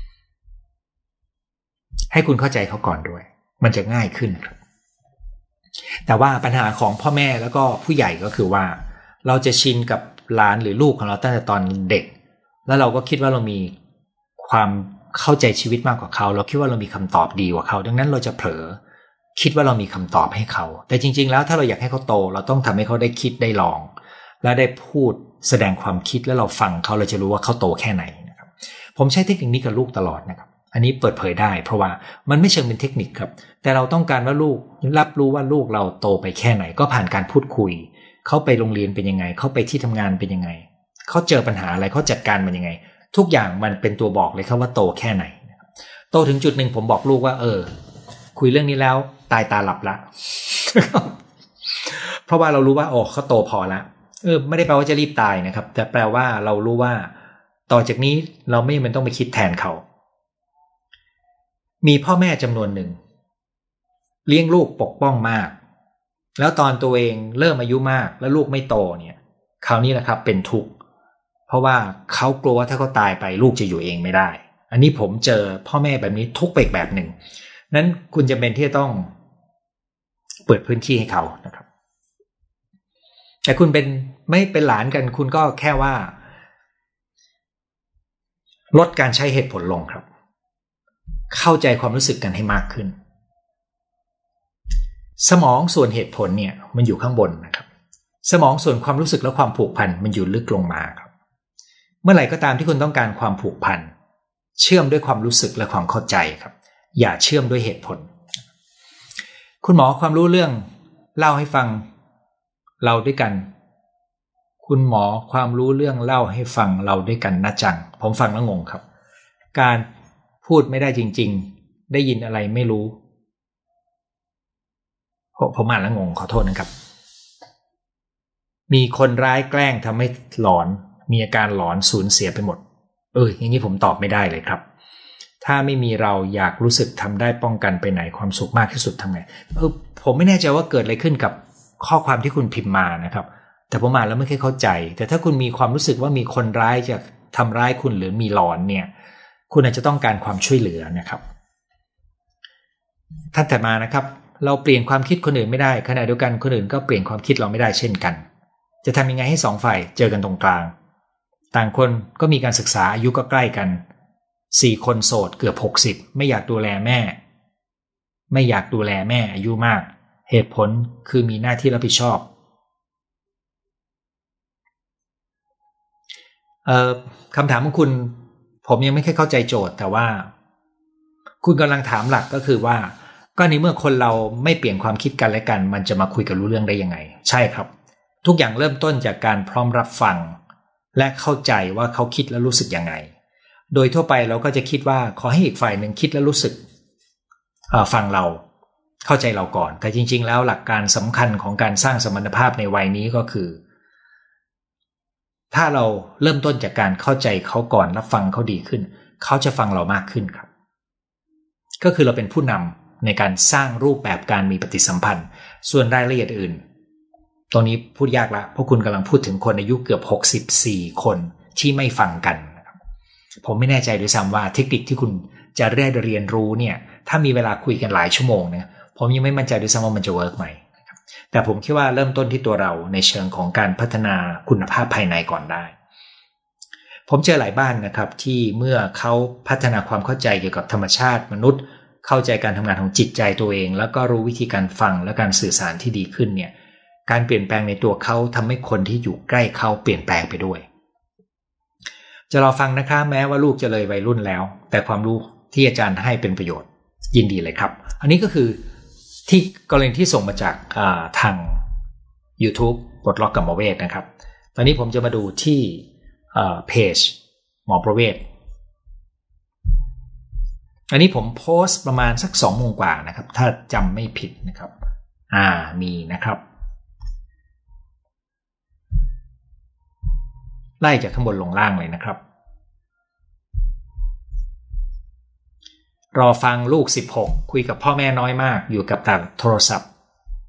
ให้คุณเข้าใจเขาก่อนด้วยมันจะง่ายขึ้นครับแต่ว่าปัญหาของพ่อแม่แล้วก็ผู้ใหญ่ก็คือว่าเราจะชินกับหลานหรือลูกของเราตั้งแต่ตอนเด็กแล้วเราก็คิดว่าเรามีความเข้าใจชีวิตมากกว่าเขาเราคิดว่าเรามีคำตอบดีกว่าเขาดังนั้นเราจะเผลอคิดว่าเรามีคำตอบให้เขาแต่จริงๆแล้วถ้าเราอยากให้เขาโตเราต้องทำให้เขาได้คิดได้ลองและได้พูดแสดงความคิดแล้วเราฟังเขาเราจะรู้ว่าเขาโตแค่ไหนนะครับผมใช้เทคนิคนี้กับลูกตลอดนะครับอันนี้เปิดเผยได้เพราะว่ามันไม่เชิงเป็นเทคนิคครับแต่เราต้องการว่าลูกรับรู้ว่าลูกเราโตไปแค่ไหนก็ผ่านการพูดคุยเขาไปโรงเรียนเป็นยังไงเขาไปที่ทำงานเป็นยังไงเขาเจอปัญหาอะไรเขาจัดการมันยังไงทุกอย่างมันเป็นตัวบอกเลยครับว่าโตแค่ไหนโตถึงจุดหนึ่งผมบอกลูกว่าเออคุยเรื่องนี้แล้วตายตาหลับละ เพราะว่าเรารู้ว่าโอ้เขาโตพอละเออไม่ได้แปลว่าจะรีบตายนะครับแต่แปลว่าเรารู้ว่าต่อจากนี้เราไม่จำเป็นต้องไปคิดแทนเขามีพ่อแม่จำนวนหนึ่งเลี้ยงลูกปกป้องมากแล้วตอนตัวเองเริ่มอายุมากแล้วลูกไม่โตเนี่ยคราวนี้แหละครับเป็นทุกข์เพราะว่าเขากลัวว่าถ้าเขาตายไปลูกจะอยู่เองไม่ได้อันนี้ผมเจอพ่อแม่แบบนี้ทุกข์ไปอีกแบบหนึ่งนั้นคุณจำเป็นที่จะต้องเปิดพื้นที่ให้เขานะครับแต่คุณเป็นไม่เป็นหลานกันคุณก็แค่ว่าลดการใช้เหตุผลลงครับเข้าใจความรู้สึกกันให้มากขึ้นสมองส่วนเหตุผลเนี่ยมันอยู่ข้างบนนะครับสมองส่วนความรู้สึกและความผูกพันมันอยู่ลึกลงมาครับเมื่อไหร่ก็ตามที่คุณต้องการความผูกพันเชื่อมด้วยความรู้สึกและความเข้าใจครับอย่าเชื่อมด้วยเหตุผลคุณหมอความรู้เรื่องเล่าให้ฟังเราด้วยกันคุณหมอความรู้เรื่องเล่าให้ฟังเราด้วยกันนะจังผมฟังแล้วงงครับการพูดไม่ได้จริงๆได้ยินอะไรไม่รู้ผมอ่านแล้วงงขอโทษนะครับมีคนร้ายแกล้งทำให้หลอนมีอาการหลอนสูญเสียไปหมดเอออย่างนี้ผมตอบไม่ได้เลยครับถ้าไม่มีเราอยากรู้สึกทำได้ป้องกันไปไหนความสุขมากที่สุดทำไงเออผมไม่แน่ใจว่าเกิดอะไรขึ้นกับข้อความที่คุณพิมพ์มานะครับแต่ผมอ่านแล้วไม่เคยเข้าใจแต่ถ้าคุณมีความรู้สึกว่ามีคนร้ายจะทำร้ายคุณหรือมีหลอนเนี่ยคุณอาจจะต้องการความช่วยเหลือนะครับท่านถัดมานะครับเราเปลี่ยนความคิดคนอื่นไม่ได้ขณะเดียวกันคนอื่นก็เปลี่ยนความคิดเราไม่ได้เช่นกันจะทำยังไงให้สองฝ่ายเจอกันตรงกลางต่างคนก็มีการศึกษาอายุก็ใกล้กันสี่คนโสดเกือบหกสิบไม่อยากดูแลแม่ไม่อยากดูแลแม่อายุมากเหตุผลคือมีหน้าที่รับผิดชอบเอ่อคำถามของคุณผมยังไม่ค่อยเข้าใจโจทย์แต่ว่าคุณกำลังถามหลักก็คือว่าก็ในเมื่อคนเราไม่เปลี่ยนความคิดกันและกันมันจะมาคุยกันรู้เรื่องได้ยังไงใช่ครับทุกอย่างเริ่มต้นจากการพร้อมรับฟังและเข้าใจว่าเขาคิดและรู้สึกยังไงโดยทั่วไปเราก็จะคิดว่าขอให้อีกฝ่ายหนึ่งคิดและรู้สึกฟังเราเข้าใจเราก่อนแต่จริงๆแล้วหลักการสำคัญของการสร้างสมรรถภาพในวัยนี้ก็คือถ้าเราเริ่มต้นจากการเข้าใจเขาก่อนรับฟังเขาดีขึ้นเขาจะฟังเรามากขึ้นครับก็คือเราเป็นผู้นำในการสร้างรูปแบบการมีปฏิสัมพันธ์ส่วนรายละเอียดอื่นตรงนี้พูดยากละเพราะคุณกำลังพูดถึงคนอายุเกือบหกสิบสี่คนที่ไม่ฟังกันนะครับผมไม่แน่ใจด้วยซ้ำว่าเทคนิคที่คุณจะได้เรียนรู้เนี่ยถ้ามีเวลาคุยกันหลายชั่วโมงเนี่ยผมยังไม่มั่นใจด้วยซ้ำว่ามันจะเวิร์กไหมนะครับแต่ผมคิดว่าเริ่มต้นที่ตัวเราในเชิงของการพัฒนาคุณภาพภายในก่อนได้ผมเจอหลายบ้านนะครับที่เมื่อเขาพัฒนาความเข้าใจเกี่ยวกับธรรมชาติมนุษย์เข้าใจการทำงานของจิตใจตัวเองแล้วก็รู้วิธีการฟังและการสื่อสารที่ดีขึ้นเนี่ยการเปลี่ยนแปลงในตัวเขาทำให้คนที่อยู่ใกล้เขาเปลี่ยนแปลงไปด้วยจะรอฟังนะครับแม้ว่าลูกจะเลยวัยรุ่นแล้วแต่ความรู้ที่อาจารย์ให้เป็นประโยชน์ยินดีเลยครับอันนี้ก็คือที่กรณีที่ส่งมาจากทาง YouTube ปลดล็อกกับหมอเวทนะครับตอนนี้ผมจะมาดูที่เพจหมอประเวศอันนี้ผมโพสต์ประมาณสักสองโมงกว่านะครับถ้าจำไม่ผิดนะครับอ่ามีนะครับไล่จากข้างบนลงล่างเลยนะครับรอฟังลูกสิบหกคุยกับพ่อแม่น้อยมากอยู่กับแต่โทรศัพท์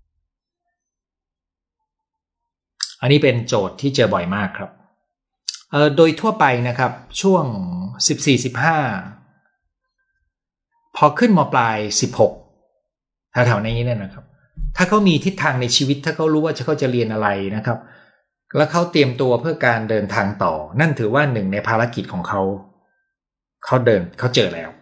อันนี้เป็นโจทย์ที่เจอบ่อยมากครับเอ่อโดยทั่วไปนะครับช่วงสิบสี่ สิบห้าพอขึ้นมปลายสิบหกแถวๆนี้เนี่ยนะครับถ้าเขามีทิศทางในชีวิตถ้าเขารู้ว่าเขาจะเรียนอะไรนะครับแล้วเขาเตรียมตัวเพื่อการเดินทางต่อนั่นถือว่าหนึ่งในภารกิจของเขาเขาเดินเขาเจอแล้ว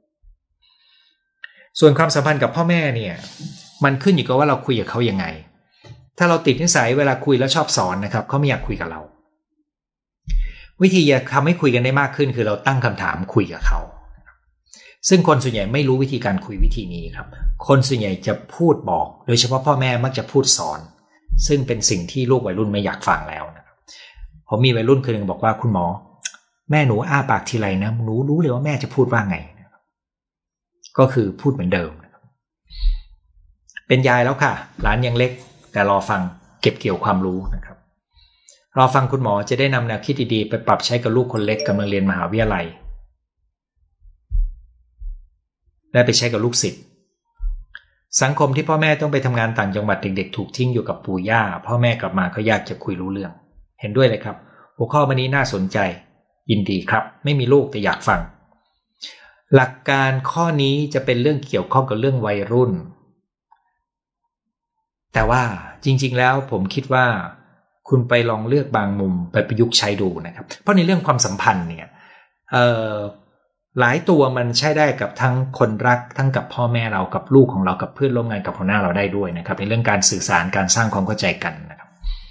ส่วนความสัมพันธ์กับพ่อแม่เนี่ยมันขึ้นอยู่กับว่าเราคุยกับเขายังไงถ้าเราติดนิสัยเวลาคุยแล้วชอบสอนนะครับเขาไม่อยากคุยกับเราวิธีจะทำให้คุยกันได้มากขึ้นคือเราตั้งคำถามคุยกับเขาซึ่งคนส่วนใหญ่ไม่รู้วิธีการคุยวิธีนี้ครับคนส่วนใหญ่จะพูดบอกโดยเฉพาะพ่อแม่มักจะพูดสอนซึ่งเป็นสิ่งที่ลูกวัยรุ่นไม่อยากฟังแล้วนะครับผมมีวัยรุ่นคนนึงบอกว่าคุณหมอแม่หนูอ้าปากทีไรนะหนูรู้เลยว่าแม่จะพูดว่าไงก็คือพูดเหมือนเดิมเป็นยายแล้วค่ะหลานยังเล็กแต่รอฟังเก็บเกี่ยวความรู้นะครับรอฟังคุณหมอจะได้นำแนวคิดดีๆไปปรับใช้กับลูกคนเล็กกำลังเรียนมหาวิทยาลัยและไปใช้กับลูกศิษย์สังคมที่พ่อแม่ต้องไปทำงานต่างจังหวัดเด็กๆถูกทิ้งอยู่กับปู่ย่าพ่อแม่กลับมาก็ยากจะคุยรู้เรื่องเห็นด้วยเลยครับหัวข้อวันนี้น่าสนใจยินดีครับไม่มีลูกแต่อยากฟังหลักการข้อนี้จะเป็นเรื่องเกี่ยวข้องกับเรื่องวัยรุ่นแต่ว่าจริงๆแล้วผมคิดว่าคุณไปลองเลือกบางมุมไปประยุกต์ใช้ดูนะครับเพราะในเรื่องความสัมพันธ์เนี่ยเอ่อหลายตัวมันใช้ได้กับทั้งคนรักทั้งกับพ่อแม่เรากับลูกของเรากับเพื่อนร่วมงานกับหัวหน้าเราได้ด้วยนะครับในเรื่องการสื่อสารการสร้างความเข้าใจกันนะครับ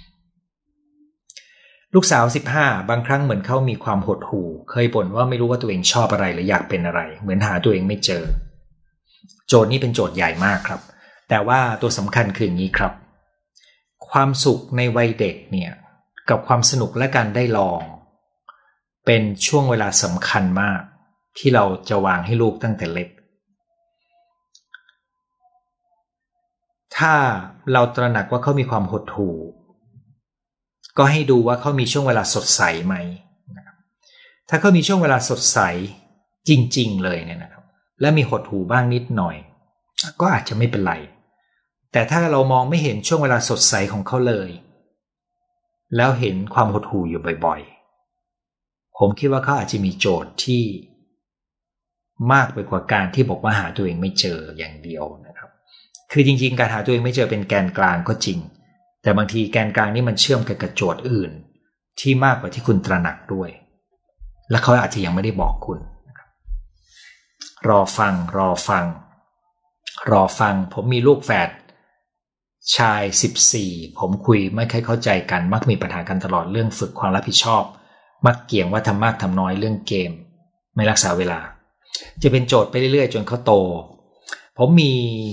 ลูกสาวสิบห้าบางครั้งเหมือนเขามีความหดหู่เคยบ่นว่าไม่รู้ว่าตัวเองชอบอะไรหรืออยากเป็นอะไรเหมือนหาตัวเองไม่เจอโจทย์นี้เป็นโจทย์ใหญ่มากครับแต่ว่าตัวสำคัญคืออย่างนี้ครับความสุขในวัยเด็กเนี่ยกับความสนุกและการได้ลองเป็นช่วงเวลาสำคัญมากที่เราจะวางให้ลูกตั้งแต่เล็กถ้าเราตระหนักว่าเขามีความหดหู่ก็ให้ดูว่าเขามีช่วงเวลาสดใสไหมถ้าเขามีช่วงเวลาสดใสจริงๆเลยเนี่ยนะครับและมีหดหู่บ้างนิดหน่อยก็อาจจะไม่เป็นไรแต่ถ้าเรามองไม่เห็นช่วงเวลาสดใสของเขาเลยแล้วเห็นความหดหู่อยู่บ่อยๆผมคิดว่าเขาอาจจะมีโจทย์ที่มากไปกว่าการที่บอกว่าหาตัวเองไม่เจออย่างเดียวนะครับคือจริงๆการหาตัวเองไม่เจอเป็นแกนกลางก็จริงแต่บางทีแกนกลางนี่มันเชื่อมกับโจทย์อื่นที่มากกว่าที่คุณตระหนักด้วยและเขาอาจจะยังไม่ได้บอกคุณนะครับรอฟังรอฟังรอฟังผมมีลูกแฝดชายสิบสี่ผมคุยไม่ค่อยเข้าใจกันมักมีปัญหากันตลอดเรื่องฝึกความรับผิดชอบมักเกี่ยงว่าทำมากทำน้อยเรื่องเกมไม่รักษาเวลาจะเป็นโจทย์ไปเรื่อยๆจนเขาโตผมมี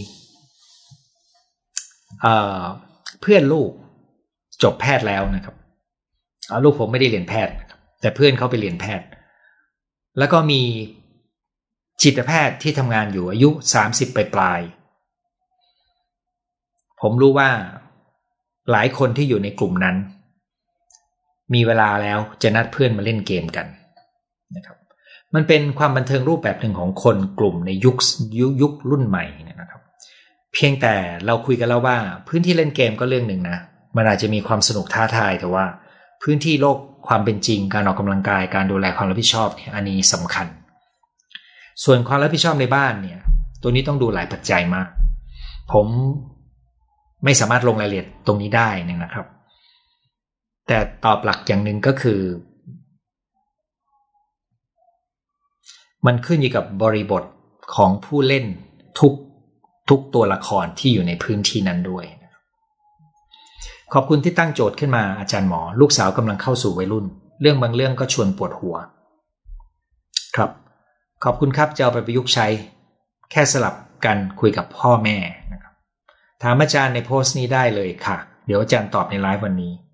เอ่อเพื่อนลูกจบแพทย์แล้วนะครับลูกผมไม่ได้เรียนแพทย์แต่เพื่อนเขาไปเรียนแพทย์แล้วก็มีจิตแพทย์ที่ทำงานอยู่อายุสามสิบปลายๆผมรู้ว่าหลายคนที่อยู่ในกลุ่มนั้นมีเวลาแล้วจะนัดเพื่อนมาเล่นเกมกันนะครับมันเป็นความบันเทิงรูปแบบหนึ่งของคนกลุ่มในยุคยุคยุครุ่นใหม่นะครับเพียงแต่เราคุยกันแล้วว่าพื้นที่เล่นเกมก็เรื่องหนึ่งนะมันอาจจะมีความสนุกท้าทายแต่ว่าพื้นที่โลกความเป็นจริงการออกกำลังกายการดูแลความรับผิดชอบเนี่ยอันนี้สำคัญส่วนความรับผิดชอบในบ้านเนี่ยตัวนี้ต้องดูหลายปัจจัยมากผมไม่สามารถลงรายละเอียดตรงนี้ได้นะครับแต่ตอบหลักอย่างหนึ่งก็คือมันขึ้นอยู่กับบริบทของผู้เล่นทุกทุกตัวละครที่อยู่ในพื้นที่นั้นด้วยขอบคุณที่ตั้งโจทย์ขึ้นมาอาจารย์หมอลูกสาวกำลังเข้าสู่วัยรุ่นเรื่องบางเรื่องก็ชวนปวดหัวครับขอบคุณครับจะเอาไปประยุกต์ใช้แค่สลับกันคุยกับพ่อแม่นะครับถามอาจารย์ในโพสต์นี้ได้เลยค่ะเดี๋ยวอาจารย์ตอบในไลฟ์วันนี้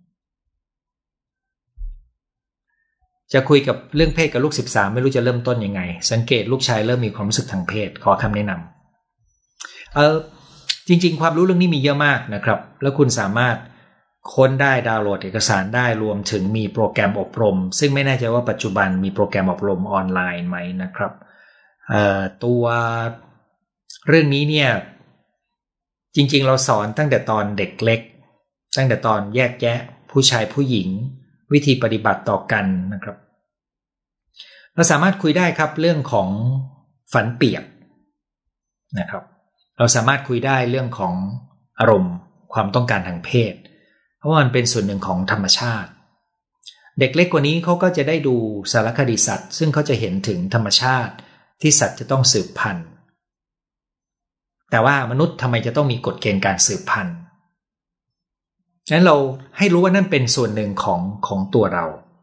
จะคุยกับเรื่องเพศกับลูกสิบสามไม่รู้จะเริ่มต้นยังไงสังเกตลูกชายเริ่มมีความรู้สึกทางเพศขอคำแนะนำเออจริงๆความรู้เรื่องนี้มีเยอะมากนะครับแล้วคุณสามารถค้นได้ดาวน์โหลดเอกสารได้รวมถึงมีโปรแกรมอบรมซึ่งไม่แน่ใจว่าปัจจุบันมีโปรแกรมอบรมออนไลน์ไหมนะครับเอ่อตัวเรื่องนี้เนี่ยจริงๆเราสอนตั้งแต่ตอนเด็กเล็กตั้งแต่ตอนแยกแยะผู้ชายผู้หญิงวิธีปฏิบัติต่อกันนะครับเราสามารถคุยได้ครับเรื่องของฝันเปียกนะครับเราสามารถคุยได้เรื่องของอารมณ์ความต้องการทางเพศเพราะว่ามันเป็นส่วนหนึ่งของธรรมชาติเด็กเล็กกว่านี้เขาก็จะได้ดูสารคดีสัตว์ซึ่งเขาจะเห็นถึงธรรมชาติที่สัตว์จะต้องสืบพันธุ์แต่ว่ามนุษย์ทำไมจะต้องมีกฎเกณฑ์การสืบพันธุ์ฉะนั้นเราให้รู้ว่านั่นเป็นส่วนหนึ่งของของตัวเรา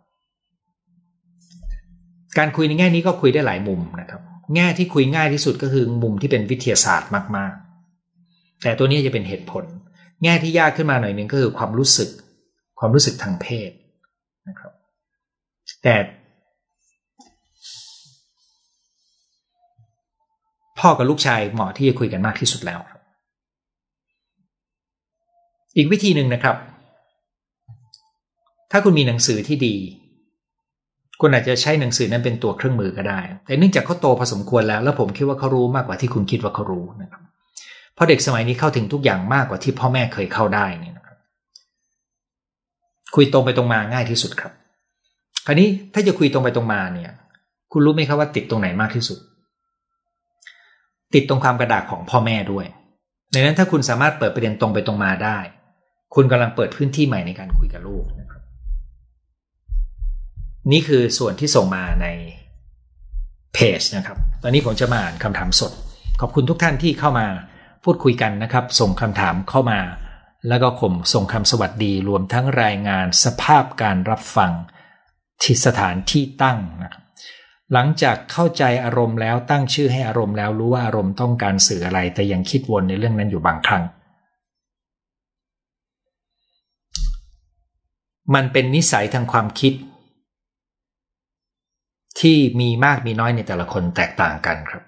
การคุยในแง่นี้ก็คุยได้หลายมุมนะครับแง่ที่คุยง่ายที่สุดก็คือมุมที่เป็นวิทยาศาสตร์มากๆแต่ตัวนี้จะเป็นเหตุผลแง่ที่ยากขึ้นมาหน่อยนึงก็คือความรู้สึกความรู้สึกทางเพศนะครับแต่พ่อกับลูกชายเหมาะที่จะคุยกันมากที่สุดแล้วอีกวิธีหนึ่งนะครับถ้าคุณมีหนังสือที่ดีคุณอาจจะใช้หนังสือนั้นเป็นตัวเครื่องมือก็ได้แต่เนื่องจากเขาโตพอสมควรแล้วแล้วผมคิดว่าเขารู้มากกว่าที่คุณคิดว่าเขารู้นะครับเพราะเด็กสมัยนี้เข้าถึงทุกอย่างมากกว่าที่พ่อแม่เคยเข้าได้นี่นะครับคุยตรงไปตรงมาง่ายที่สุดครับคราวนี้ถ้าจะคุยตรงไปตรงมาเนี่ยคุณรู้ไหมครับว่าติดตรงไหนมากที่สุดติดตรงความกระดากของพ่อแม่ด้วยดังนั้นถ้าคุณสามารถเปิดประเด็นตรงไปตรงมาได้คุณกำลังเปิดพื้นที่ใหม่ในการคุยกับลูกนะครับนี่คือส่วนที่ส่งมาในเพจนะครับตอนนี้ผมจะมาอ่านคำถามสดขอบคุณทุกท่านที่เข้ามาพูดคุยกันนะครับส่งคำถามเข้ามาแล้วก็ผมส่งคำสวัสดีรวมทั้งรายงานสภาพการรับฟังที่สถานที่ตั้งนะครับหลังจากเข้าใจอารมณ์แล้วตั้งชื่อให้อารมณ์แล้วรู้ว่าอารมณ์ต้องการสื่ออะไรแต่ยังคิดวนในเรื่องนั้นอยู่บางครั้งมันเป็นนิสัยทางความคิดที่มีมากมีน้อยในแต่ละคนแตกต่างกันครับ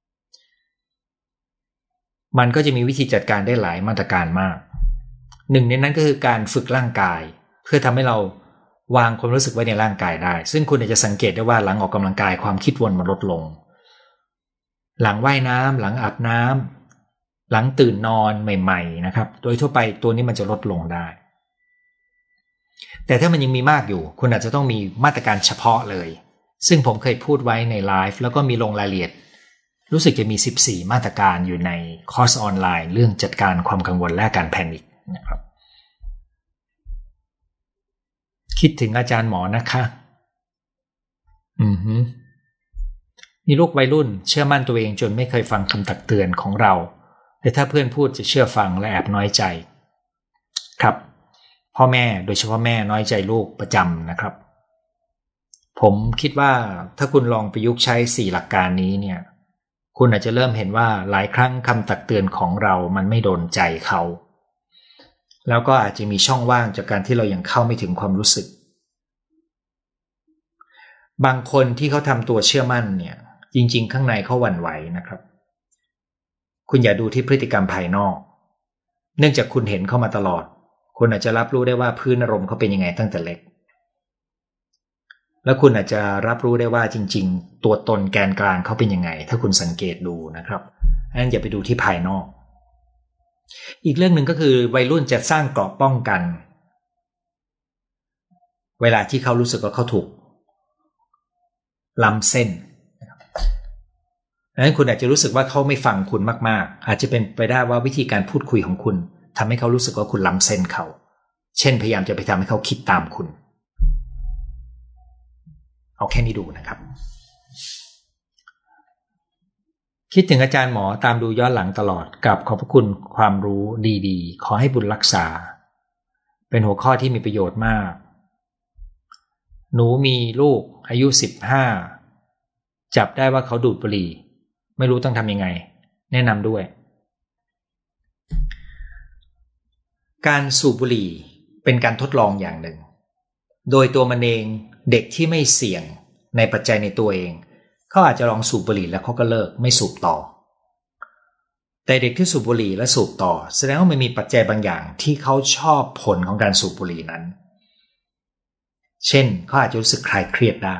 มันก็จะมีวิธีจัดการได้หลายมาตรการมากหนึ่งในนั้นก็คือการฝึกร่างกายเพื่อทำให้เราวางความรู้สึกไว้ในร่างกายได้ซึ่งคุณอาจจะสังเกตได้ว่าหลังออกกำลังกายความคิดวนมันลดลงหลังว่ายน้ำหลังอาบน้ำหลังตื่นนอนใหม่ๆนะครับโดยทั่วไปตัวนี้มันจะลดลงได้แต่ถ้ามันยังมีมากอยู่คุณอาจจะต้องมีมาตรการเฉพาะเลยซึ่งผมเคยพูดไว้ในไลฟ์แล้วก็มีลงรายละเอียดรู้สึกจะมีสิบสี่มาตรการอยู่ในคอร์สออนไลน์เรื่องจัดการความกังวลและการแพนิคนะครับคิดถึงอาจารย์หมอนะคะอือฮึมีลูกวัยรุ่นเชื่อมั่นตัวเองจนไม่เคยฟังคำตักเตือนของเราแต่ถ้าเพื่อนพูดจะเชื่อฟังและแอบน้อยใจครับพ่อแม่โดยเฉพาะแม่น้อยใจลูกประจำนะครับผมคิดว่าถ้าคุณลองประยุกต์ใช้สี่หลักการนี้เนี่ยคุณอาจจะเริ่มเห็นว่าหลายครั้งคำตักเตือนของเรามันไม่โดนใจเขาแล้วก็อาจจะมีช่องว่างจากการที่เรายังเข้าไม่ถึงความรู้สึกบางคนที่เขาทำตัวเชื่อมั่นเนี่ยจริงๆข้างในเขาหวั่นไหวนะครับคุณอย่าดูที่พฤติกรรมภายนอกเนื่องจากคุณเห็นเข้ามาตลอดคุณอาจจะรับรู้ได้ว่าพื้นอารมณ์เขาเป็นยังไงตั้งแต่เล็กแล้วคุณอาจจะรับรู้ได้ว่าจริงๆตัวตนแกนกลางเขาเป็นยังไงถ้าคุณสังเกตดูนะครับงั้นอย่าไปดูที่ภายนอกอีกเรื่องหนึ่งก็คือวัยรุ่นจะสร้างเกราะป้องกันเวลาที่เขารู้สึกว่าเขาถูกล้ำเส้นดังนั้นคุณอาจจะรู้สึกว่าเขาไม่ฟังคุณมากๆอาจจะเป็นไปได้ว่าวิธีการพูดคุยของคุณทำให้เขารู้สึกว่าคุณล้ำเส้นเขาเช่นพยายามจะไปทำให้เขาคิดตามคุณเอาแค่นี้ดูนะครับคิดถึงอาจารย์หมอตามดูย้อนหลังตลอดกับขอบพระคุณความรู้ดีๆขอให้บุญรักษาเป็นหัวข้อที่มีประโยชน์มากหนูมีลูกอายุสิบห้าจับได้ว่าเขาดูดบุหรี่ไม่รู้ต้องทำยังไงแนะนำด้วยการสูบบุหรี่เป็นการทดลองอย่างหนึ่งโดยตัวมันเองเด็กที่ไม่เสี่ยงในปัจจัยในตัวเองเขาอาจจะลองสูบบุหรี่แล้วเขาก็เลิกไม่สูบต่อแต่เด็กที่สูบบุหรี่และสูบต่อแสดงว่ามันมีปัจจัยบางอย่างที่เขาชอบผลของการสูบบุหรี่นั้นเช่นเขาอาจจะรู้สึกคลายเครียดได้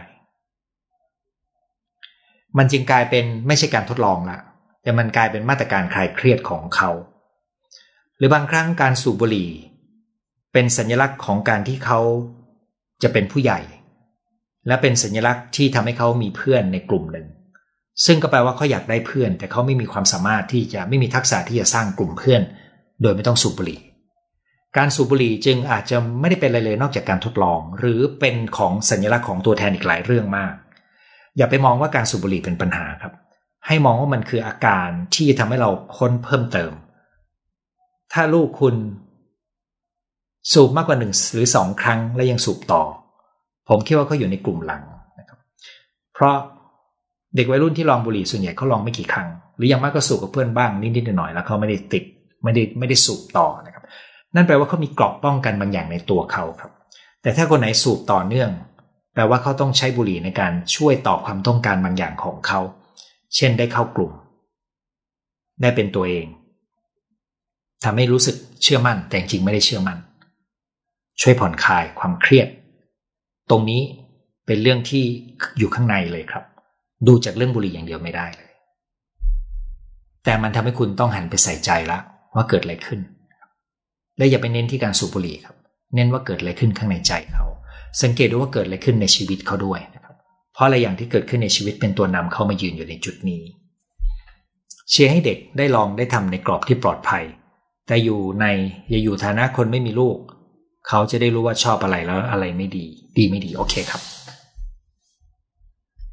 มันจึงกลายเป็นไม่ใช่การทดลองละแต่มันกลายเป็นมาตรการคลายเครียดของเขาหรือบางครั้งการสูบบุหรี่เป็นสัญลักษณ์ของการที่เขาจะเป็นผู้ใหญ่และเป็นสัญลักษณ์ที่ทำให้เขามีเพื่อนในกลุ่มหนึ่งซึ่งก็แปลว่าเขาอยากได้เพื่อนแต่เขาไม่มีความสามารถที่จะไม่มีทักษะที่จะสร้างกลุ่มเพื่อนโดยไม่ต้องสูบบุหรี่การสูบบุหรี่จึงอาจจะไม่ได้เป็นอะไรเลยนอกจากการทดลองหรือเป็นของสัญลักษณ์ของตัวแทนอีกหลายเรื่องมากอย่าไปมองว่าการสูบบุหรี่เป็นปัญหาครับให้มองว่ามันคืออาการที่ทำให้เราค้นเพิ่มเติมถ้าลูกคุณสูบมากกว่าหนึ่งหรือสองครั้งและยังสูบต่อผมคิดว่าเขาอยู่ในกลุ่มหลังนะครับเพราะเด็กวัยรุ่นที่ลองบุหรี่ส่วนใหญ่เขาลองไม่กี่ครั้งหรืออย่างมากก็สูบกับเพื่อนบ้างนิดๆหน่อยๆแล้วเขาไม่ได้ติดไม่ได้ไม่ได้สูบต่อนะครับนั่นแปลว่าเขามีเกราะป้องกันบางอย่างในตัวเขาครับแต่ถ้าคนไหนสูบต่อเนื่องแปลว่าเขาต้องใช้บุหรี่ในการช่วยตอบความต้องการบางอย่างของเขาเช่นได้เข้ากลุ่มได้เป็นตัวเองทำให้รู้สึกเชื่อมั่นแต่จริงไม่ได้เชื่อมั่นช่วยผ่อนคลายความเครียดตรงนี้เป็นเรื่องที่อยู่ข้างในเลยครับดูจากเรื่องบุหรี่อย่างเดียวไม่ได้เลยแต่มันทำให้คุณต้องหันไปใส่ใจละว่าเกิดอะไรขึ้นและอย่าไปเน้นที่การสูบบุหรี่ครับเน้นว่าเกิดอะไรขึ้นข้างในใจเขาสังเกตดูว่าเกิดอะไรขึ้นในชีวิตเขาด้วยนะครับเพราะอะไรอย่างที่เกิดขึ้นในชีวิตเป็นตัวนำเข้ามายืนอยู่ในจุดนี้เชียร์ให้เด็กได้ลองได้ทำในกรอบที่ปลอดภัยแต่อยู่ในอย่าอยู่ฐานะคนไม่มีลูกเขาจะได้รู้ว่าชอบอะไรแล้วอะไรไม่ดีดีไม่ดีโอเคครับ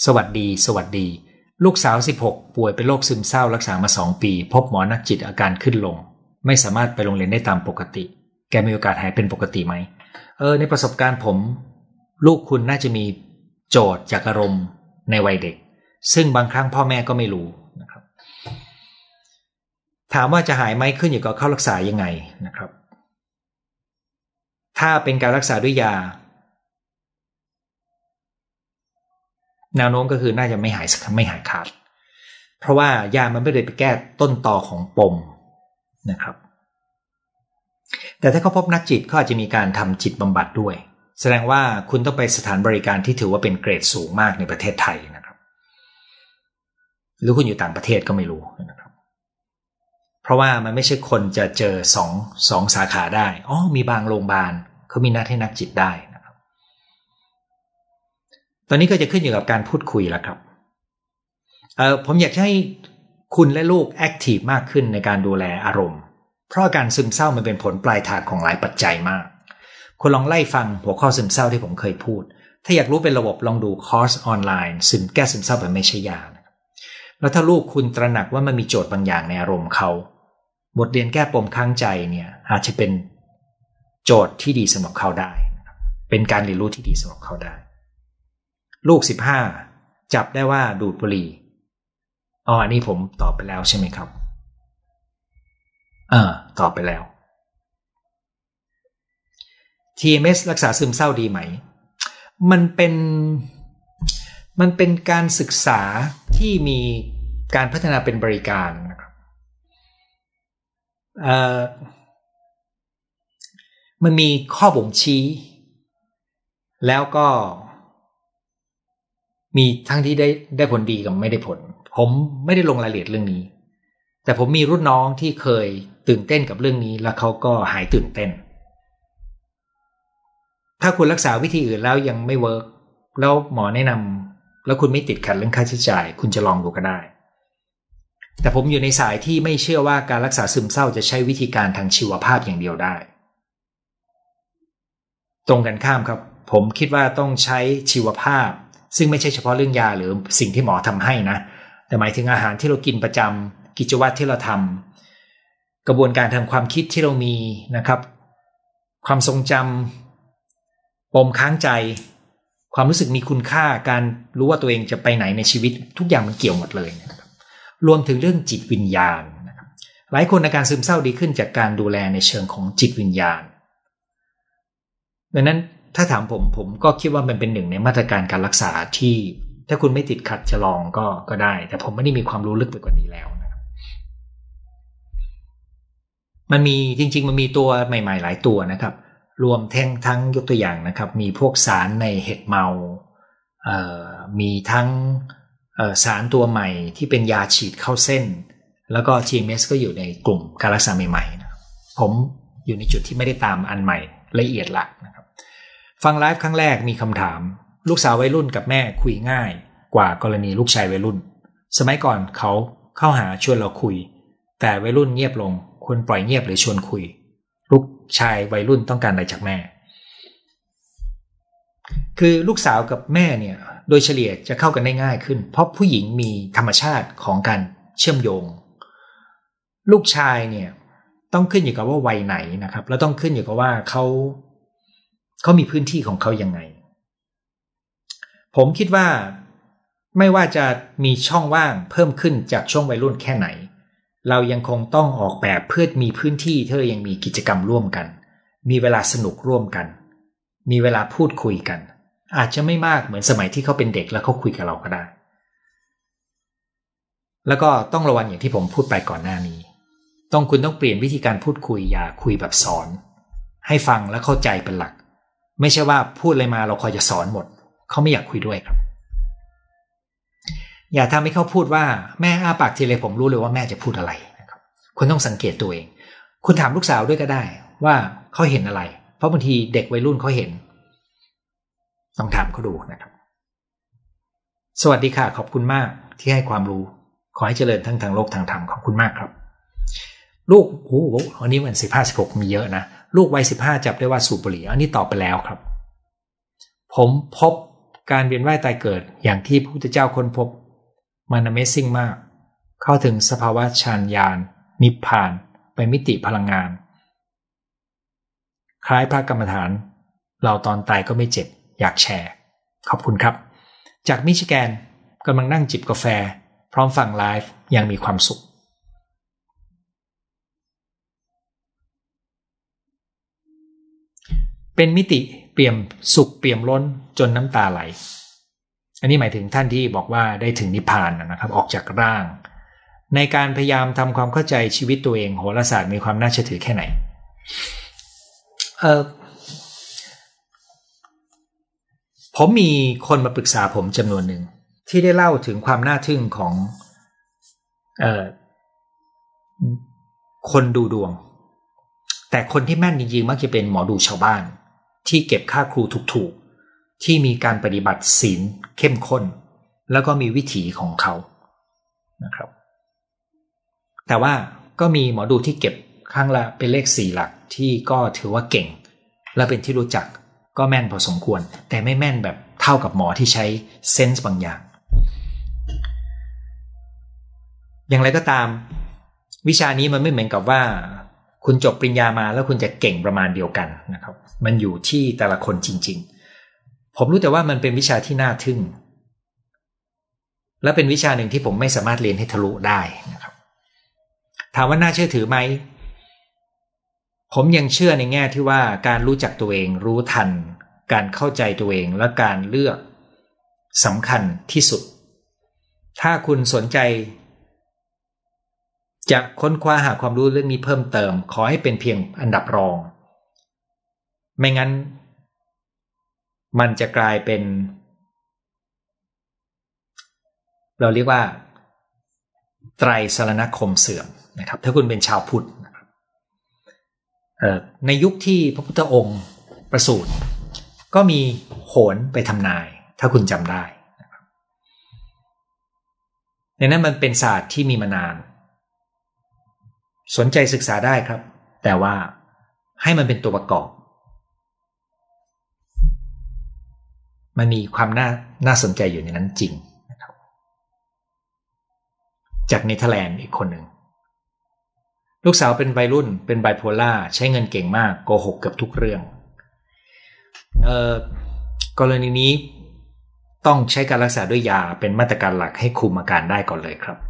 สวัสดีสวัสดีลูกสาวสิบหกป่วยเป็นโรคซึมเศร้ารักษามาสองปีพบหมอนักจิตอาการขึ้นลงไม่สามารถไปโรงเรียนได้ตามปกติแกมีโอกาสหายเป็นปกติไหมเออในประสบการณ์ผมลูกคุณน่าจะมีโจทย์จากอารมณ์ในวัยเด็กซึ่งบางครั้งพ่อแม่ก็ไม่รู้นะครับถามว่าจะหายไหมขึ้นอยู่กับเข้ารักษายังไงนะครับถ้าเป็นการรักษาด้วยยาแนวโน้มก็คือน่าจะไม่หายไม่หายขาดเพราะว่ายามันไม่ได้ไปแก้ต้นตอของปมนะครับแต่ถ้าเขาพบนักจิตเขาอาจจะมีการทำจิตบำบัดด้วยแสดงว่าคุณต้องไปสถานบริการที่ถือว่าเป็นเกรดสูงมากในประเทศไทยนะครับหรือคุณอยู่ต่างประเทศก็ไม่รู้นะครับเพราะว่ามันไม่ใช่คนจะเจอสองสองสาขาได้อ๋อมีบางโรงพยาบาลเขามีนัดให้นักจิตได้นะครับตอนนี้ก็จะขึ้นอยู่กับการพูดคุยแล้วครับเอ่อผมอยากให้คุณและลูกแอคทีฟมากขึ้นในการดูแลอารมณ์เพราะอาการซึมเศร้ามันเป็นผลปลายทางของหลายปัจจัยมากคุณลองไล่ฟังหัวข้อซึมเศร้าที่ผมเคยพูดถ้าอยากรู้เป็นระบบลองดูคอร์สออนไลน์ซึมแก้ซึมเศร้าแบบไม่ใช่ยานะครับแล้วถ้าลูกคุณตระหนักว่ามันมีโจทย์บางอย่างในอารมณ์เขาบทเรียนแก้ปมข้างใจเนี่ยอาจจะเป็นโจทย์ที่ดีสำหรับเขาได้นะครับเป็นการเรียนรู้ที่ดีสำหรับเขาได้ลูกสิบห้าจับได้ว่าดูดบุหรี่อ๋ออันนี้ผมตอบไปแล้วใช่ไหมครับเออตอบไปแล้ว ที เอ็ม เอส รักษาซึมเศร้าดีไหมมันเป็นมันเป็นการศึกษาที่มีการพัฒนาเป็นบริการนะครับเอ่อมันมีข้อบ่งชี้แล้วก็มีทั้งที่ได้ได้ผลดีกับไม่ได้ผลผมไม่ได้ลงรายละเอียดเรื่องนี้แต่ผมมีรุ่นน้องที่เคยตื่นเต้นกับเรื่องนี้แล้วเขาก็หายตื่นเต้นถ้าคุณรักษาวิธีอื่นแล้วยังไม่เวิร์กแล้วหมอแนะนำแล้วคุณไม่ติดขัดเรื่องค่าใช้จ่ายคุณจะลองดูก็ได้แต่ผมอยู่ในสายที่ไม่เชื่อว่าการรักษาซึมเศร้าจะใช้วิธีการทางชีวภาพอย่างเดียวได้ตรงกันข้ามครับผมคิดว่าต้องใช้ชีวภาพซึ่งไม่ใช่เฉพาะเรื่องยาหรือสิ่งที่หมอทำให้นะแต่หมายถึงอาหารที่เรากินประจำกิจวัตรที่เราทำกระบวนการทางความคิดที่เรามีนะครับความทรงจำปมค้างใจความรู้สึกมีคุณค่าการรู้ว่าตัวเองจะไปไหนในชีวิตทุกอย่างมันเกี่ยวหมดเลยนะครับรวมถึงเรื่องจิตวิญญาณนะครับหลายคนอาการซึมเศร้าดีขึ้นจากการดูแลในเชิงของจิตวิญญาณดังนั้นถ้าถามผมผมก็คิดว่ามันเป็นหนึ่งในมาตรการการรักษาที่ถ้าคุณไม่ติดขัดจะลองก็ก็ได้แต่ผมไม่ได้มีความรู้ลึกไปกว่านี้แล้วนะครับมันมีจริงๆมันมีตัวใหม่ๆหลายตัวนะครับรวมทั้งทั้งยกตัวอย่างนะครับมีพวกสารในเห็ดเมาเอ่อมีทั้งเอ่อสารตัวใหม่ที่เป็นยาฉีดเข้าเส้นแล้วก็ ที เอ็ม เอส ก็อยู่ในกลุ่มการรักษาใหม่ๆนะผมอยู่ในจุดที่ไม่ได้ตามอันใหม่ละเอียดละนะครับฟังไลฟ์ครั้งแรกมีคำถามลูกสาววัยรุ่นกับแม่คุยง่ายกว่ากรณีลูกชายวัยรุ่นสมัยก่อนเขาเข้าหาชวนเราคุยแต่วัยรุ่นเงียบลงควรปล่อยเงียบหรือชวนคุยลูกชายวัยรุ่นต้องการอะไรจากแม่คือลูกสาวกับแม่เนี่ยโดยเฉลี่ยจะเข้ากันได้ง่ายขึ้นเพราะผู้หญิงมีธรรมชาติของการเชื่อมโยงลูกชายเนี่ยต้องขึ้นอยู่กับว่าวัยไหนนะครับแล้วต้องขึ้นอยู่กับว่าเขาเขามีพื้นที่ของเขายังไงผมคิดว่าไม่ว่าจะมีช่องว่างเพิ่มขึ้นจากช่วงวัยรุ่นแค่ไหนเรายังคงต้องออกแบบเพื่อมีพื้นที่ที่เรายังมีกิจกรรมร่วมกันมีเวลาสนุกร่วมกันมีเวลาพูดคุยกันอาจจะไม่มากเหมือนสมัยที่เขาเป็นเด็กแล้วเขาคุยกับเราก็ได้แล้วก็ต้องระวังอย่างที่ผมพูดไปก่อนหน้านี้ต้องคุณต้องเปลี่ยนวิธีการพูดคุยอย่าคุยแบบสอนให้ฟังและเข้าใจเป็นหลักไม่ใช่ว่าพูดอะไรมาเราคอยจะสอนหมดเขาไม่อยากคุยด้วยครับอย่าทำให้เขาพูดว่าแม่อ้าปากทีไรผมรู้เลยว่าแม่จะพูดอะไรนะครับคุณต้องสังเกตตัวเองคุณถามลูกสาวด้วยก็ได้ว่าเขาเห็นอะไรเพราะบางทีเด็กวัยรุ่นเขาเห็นต้องถามเขาดูนะครับสวัสดีค่ะขอบคุณมากที่ให้ความรู้ขอให้เจริญทั้งทางโลกทางธรรมขอบคุณมากครับลูกโอ้โหอันนี้มันสิบห้าสิบหกมีเยอะนะลูกวัยสิบห้าจับได้ว่าสูบบุหรี่อันนี้ตอบไปแล้วครับผมพบการเวียนว่ายตายเกิดอย่างที่พระพุทธเจ้าค้นพบมัน Amazing มากเข้าถึงสภาวะฌานญาณนิพพานไปมิติพลังงานคล้ายพระกรรมฐานเราตอนตายก็ไม่เจ็บอยากแชร์ขอบคุณครับจากมิชิแกนกำลังนั่งจิบกาแฟพร้อมฟังไลฟ์อย่างมีความสุขเป็นมิติเปี่ยมสุขเปี่ยมล้นจนน้ำตาไหลอันนี้หมายถึงท่านที่บอกว่าได้ถึงนิพพานนะครับออกจากร่างในการพยายามทำความเข้าใจชีวิตตัวเองโหราศาสตร์มีความน่าเชื่อถือแค่ไหนเออผมมีคนมาปรึกษาผมจำนวนหนึ่งที่ได้เล่าถึงความน่าทึ่งของเอ่อคนดูดวงแต่คนที่แม่นจริงๆมักจะเป็นหมอดูชาวบ้านที่เก็บค่าครูถูกๆที่มีการปฏิบัติศีลเข้มข้นแล้วก็มีวิถีของเขานะครับแต่ว่าก็มีหมอดูที่เก็บข้างละเป็นเลขสี่หลักที่ก็ถือว่าเก่งและเป็นที่รู้จักก็แม่นพอสมควรแต่ไม่แม่นแบบเท่ากับหมอที่ใช้เซนส์บางอย่างอย่างไรก็ตามวิชานี้มันไม่เหมือนกับว่าคุณจบปริญญามาแล้วคุณจะเก่งประมาณเดียวกันนะครับมันอยู่ที่แต่ละคนจริงๆผมรู้แต่ว่ามันเป็นวิชาที่น่าทึ่งและเป็นวิชาหนึ่งที่ผมไม่สามารถเรียนให้ทะลุได้นะครับถามว่าน่าเชื่อถือไหมผมยังเชื่อในแง่ที่ว่าการรู้จักตัวเองรู้ทันการเข้าใจตัวเองและการเลือกสำคัญที่สุดถ้าคุณสนใจจะค้นคว้าหาความรู้เรื่องนี้เพิ่มเติมขอให้เป็นเพียงอันดับรองไม่งั้นมันจะกลายเป็นเราเรียกว่าไตรสรณคมเสื่อมนะครับถ้าคุณเป็นชาวพุทธนะครับในยุคที่พระพุทธองค์ประสูติก็มีโหรไปทำนายถ้าคุณจำได้นะครับในนั้นมันเป็นศาสตร์ที่มีมานานสนใจศึกษาได้ครับแต่ว่าให้มันเป็นตัวประกอบมันมีความน่าน่าสนใจอยู่ในนั้นจริงนะครับจากเนเธอร์แลนด์อีกคนหนึ่งลูกสาวเป็นวัยรุ่นเป็นไบโพล่าใช้เงินเก่งมากโกหกเกือบทุกเรื่องเอ่อกรณีนี้ต้องใช้การรักษาด้วยยาเป็นมาตรการหลักให้คุมอาการได้ก่อนเลยครับ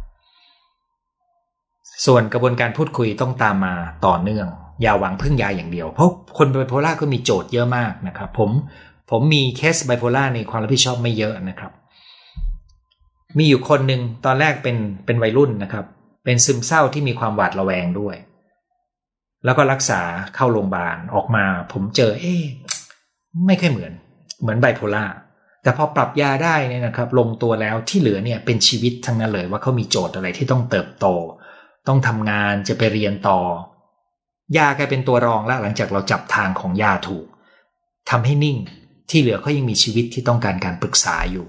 ส่วนกระบวนการพูดคุยต้องตามมาต่อเนื่องอย่าหวังพึ่งยาอย่างเดียวเพราะคนไบโพล่าก็มีโจทย์เยอะมากนะครับผมผมมีเคสไบโพล่าในความรับผิดชอบไม่เยอะนะครับมีอยู่คนหนึ่งตอนแรกเป็นเป็นวัยรุ่นนะครับเป็นซึมเศร้าที่มีความหวาดระแวงด้วยแล้วก็รักษาเข้าโรงพยาบาลออกมาผมเจอเอ๊ะไม่ค่อยเหมือนเหมือนไบโพล่าแต่พอปรับยาได้เนี่ยนะครับลงตัวแล้วที่เหลือเนี่ยเป็นชีวิตทั้งนั้นเลยว่าเขามีโจทย์อะไรที่ต้องเติบโตต้องทำงานจะไปเรียนต่อยากลายเป็นตัวรองแล้วหลังจากเราจับทางของยาถูกทำให้นิ่งที่เหลือเขายังมีชีวิตที่ต้องการการปรึกษาอยู่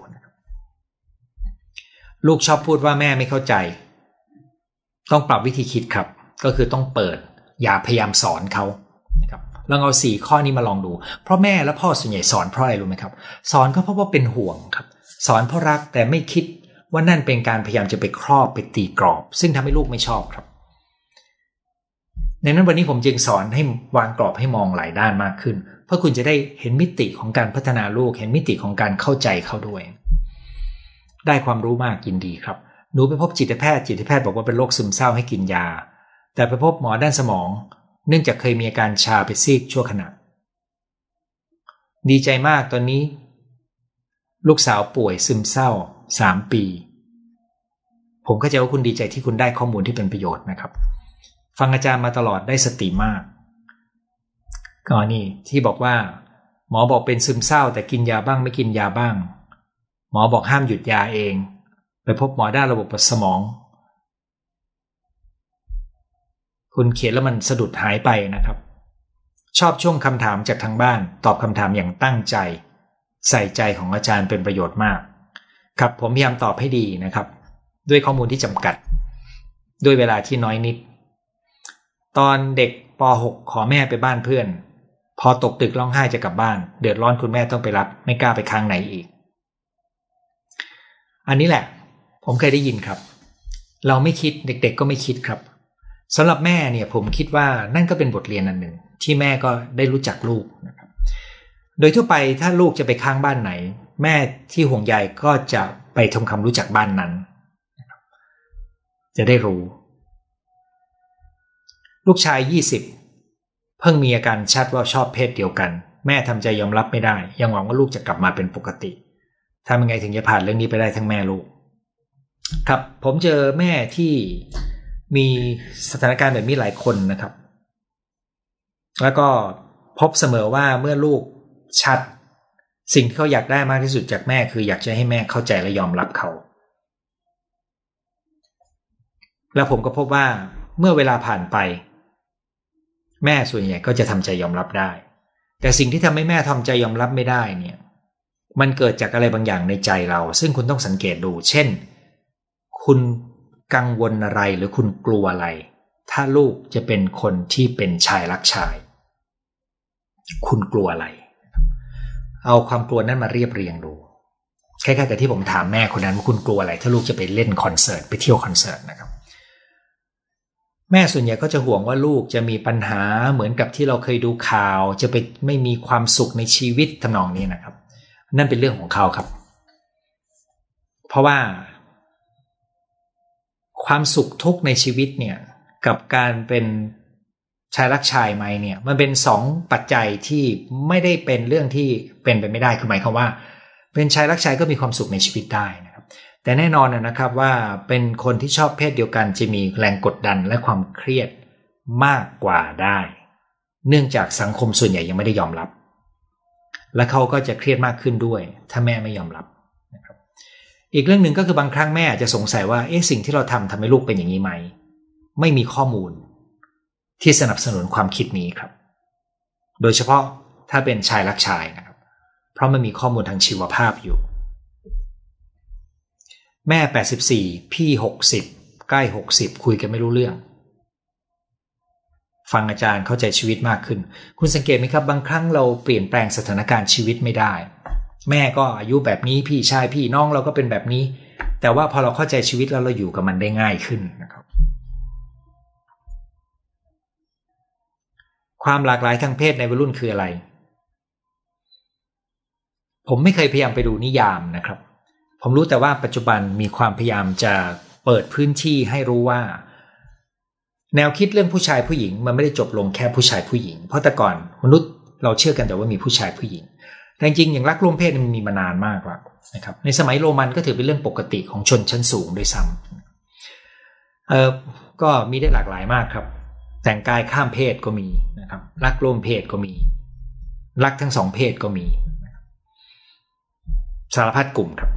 ลูกชอบพูดว่าแม่ไม่เข้าใจต้องปรับวิธีคิดครับก็คือต้องเปิดอย่าพยายามสอนเขานะครับลองเอาสี่ข้อนี้มาลองดูเพราะแม่และพ่อส่วนใหญ่สอนเพราะอะไรรู้ไหมครับสอนก็เพราะว่าเป็นห่วงครับสอนเพราะรักแต่ไม่คิดว่านั่นเป็นการพยายามจะไปครอบไปตีกรอบซึ่งทำให้ลูกไม่ชอบครับในนั้นวันนี้ผมจึงสอนให้วางกรอบให้มองหลายด้านมากขึ้นเพื่อคุณจะได้เห็นมิติของการพัฒนาลูกเห็นมิติของการเข้าใจเขาด้วยได้ความรู้มากยินดีครับหนูไปพบจิตแพทย์จิตแพทย์บอกว่าเป็นโรคซึมเศร้าให้กินยาแต่ไปพบหมอด้านสมองเนื่องจากเคยมีอาการชาไปซีกชั่วขณะดีใจมากตอนนี้ลูกสาวป่วยซึมเศร้าสามปีผมเข้าใจว่าคุณดีใจที่คุณได้ข้อมูลที่เป็นประโยชน์นะครับฟังอาจารย์มาตลอดได้สติมากก็นี่ที่บอกว่าหมอบอกเป็นซึมเศร้าแต่กินยาบ้างไม่กินยาบ้างหมอบอกห้ามหยุดยาเองไปพบหมอด้านระบบสมองคุณเขียนแล้วมันสะดุดหายไปนะครับชอบช่วงคำถามจากทางบ้านตอบคำถามอย่างตั้งใจใส่ใจของอาจารย์เป็นประโยชน์มากครับผมพยายามตอบให้ดีนะครับด้วยข้อมูลที่จำกัดด้วยเวลาที่น้อยนิดตอนเด็กป หก ขอแม่ไปบ้านเพื่อนพอตกดึกร้องไห้จะกลับบ้านเดือดร้อนคุณแม่ต้องไปรับไม่กล้าไปค้างไหนอีกอันนี้แหละผมเคยได้ยินครับเราไม่คิดเด็กๆก็ไม่คิดครับสำหรับแม่เนี่ยผมคิดว่านั่นก็เป็นบทเรียนอันหนึ่งที่แม่ก็ได้รู้จักลูกนะครับโดยทั่วไปถ้าลูกจะไปค้างบ้านไหนแม่ที่ห่วงใยก็จะไปทำความรู้จักบ้านนั้นจะได้รู้ลูกชายยี่สิบเพิ่งมีอาการชัดว่าชอบเพศเดียวกันแม่ทำใจยอมรับไม่ได้ยังหวังว่าลูกจะกลับมาเป็นปกติทำยังไงถึงจะผ่านเรื่องนี้ไปได้ทั้งแม่ลูกครับผมเจอแม่ที่มีสถานการณ์แบบนี้หลายคนนะครับแล้วก็พบเสมอว่าเมื่อลูกชัดสิ่งที่เขาอยากได้มากที่สุดจากแม่คืออยากจะให้แม่เข้าใจและยอมรับเขาแล้วผมก็พบว่าเมื่อเวลาผ่านไปแม่ส่วนใหญ่ก็จะทำใจยอมรับได้แต่สิ่งที่ทำให้แม่ทำใจยอมรับไม่ได้เนี่ยมันเกิดจากอะไรบางอย่างในใจเราซึ่งคุณต้องสังเกตดูเช่นคุณกังวลอะไรหรือคุณกลัวอะไรถ้าลูกจะเป็นคนที่เป็นชายรักชายคุณกลัวอะไรเอาความกลัวนั้นมาเรียบเรียงดูคล้ายๆกับที่ผมถามแม่คนนั้นว่าคุณกลัวอะไรถ้าลูกจะไปเล่นคอนเสิร์ตไปเที่ยวคอนเสิร์ตนะครับแม่ส่วนใหญ่ก็จะห่วงว่าลูกจะมีปัญหาเหมือนกับที่เราเคยดูข่าวจะไปไม่มีความสุขในชีวิตทำนองนี้นะครับนั่นเป็นเรื่องของเขาครับเพราะว่าความสุขทุกข์ในชีวิตเนี่ยกับการเป็นชายรักชายไหมเนี่ยมันเป็นสองปัจจัยที่ไม่ได้เป็นเรื่องที่เป็นไปไม่ได้คือหมายความว่าเป็นชายรักชายก็มีความสุขในชีวิตได้นะครับแต่แน่นอนนะครับว่าเป็นคนที่ชอบเพศเดียวกันจะมีแรงกดดันและความเครียดมากกว่าได้เนื่องจากสังคมส่วนใหญ่ยังไม่ได้ยอมรับและเขาก็จะเครียดมากขึ้นด้วยถ้าแม่ไม่ยอมรับนะครับอีกเรื่องหนึ่งก็คือบางครั้งแม่อาจจะสงสัยว่าเอ๊ะสิ่งที่เราทำทำให้ลูกเป็นอย่างนี้ไหมไม่มีข้อมูลที่สนับสนุนความคิดนี้ครับโดยเฉพาะถ้าเป็นชายรักชายนะครับเพราะมันมีข้อมูลทางชีวภาพอยู่แม่แปดสิบสี่พี่หกสิบใกล้หกสิบคุยกันไม่รู้เรื่องฟังอาจารย์เข้าใจชีวิตมากขึ้นคุณสังเกตไหมครับบางครั้งเราเปลี่ยนแปลงสถานการณ์ชีวิตไม่ได้แม่ก็อายุแบบนี้พี่ชายพี่น้องเราก็เป็นแบบนี้แต่ว่าพอเราเข้าใจชีวิตแล้วเราอยู่กับมันได้ง่ายขึ้นนะครับความหลากหลายทางเพศในวัยรุ่นคืออะไรผมไม่เคยพยายามไปดูนิยามนะครับผมรู้แต่ว่าปัจจุบันมีความพยายามจะเปิดพื้นที่ให้รู้ว่าแนวคิดเรื่องผู้ชายผู้หญิงมันไม่ได้จบลงแค่ผู้ชายผู้หญิงเพราะแต่ก่อนมนุษย์เราเชื่อกันแต่ว่ามีผู้ชายผู้หญิงแต่จริงๆอย่างรักร่วมเพศมันมีมานานมากแล้วนะครับในสมัยโรมันก็ถือเป็นเรื่องปกติของชนชั้นสูงโดยซ้ำเออก็มีได้หลากหลายมากครับแต่งกายข้ามเพศก็มีนะครับรักร่วมเพศก็มีรักทั้งสองเพศก็มีสารพัดกลุ่มครับ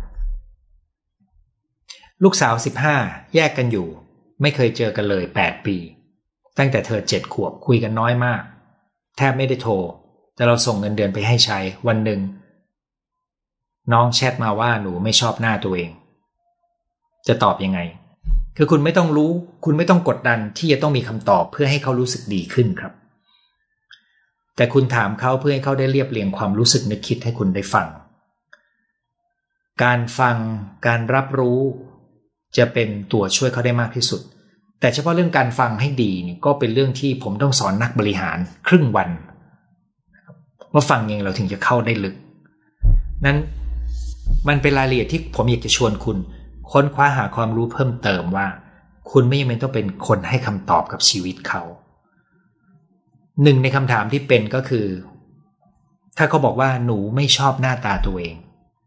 ลูกสาวสิบห้าแยกกันอยู่ไม่เคยเจอกันเลยแปดปีตั้งแต่เธอเจ็ดขวบคุยกันน้อยมากแทบไม่ได้โทรแต่เราส่งเงินเดือนไปให้ใช้วันหนึ่งน้องแชทมาว่าหนูไม่ชอบหน้าตัวเองจะตอบยังไงคือคุณไม่ต้องรู้คุณไม่ต้องกดดันที่จะต้องมีคำตอบเพื่อให้เขารู้สึกดีขึ้นครับแต่คุณถามเขาเพื่อให้เขาได้เรียบเรียงความรู้สึกนึกคิดให้คุณได้ฟังการฟังการรับรู้จะเป็นตัวช่วยเขาได้มากที่สุดแต่เฉพาะเรื่องการฟังให้ดีนี่ก็เป็นเรื่องที่ผมต้องสอนนักบริหารครึ่งวันว่าฟังยังไงเราถึงจะเข้าได้ลึกนั้นมันเป็นรายละเอียดที่ผมอยากจะชวนคุณค้นคว้าหาความรู้เพิ่มเติมว่าคุณไม่จำเป็นต้องเป็นคนให้คำตอบกับชีวิตเขาหนึ่งในคำถามที่เป็นก็คือถ้าเขาบอกว่าหนูไม่ชอบหน้าตาตัวเอง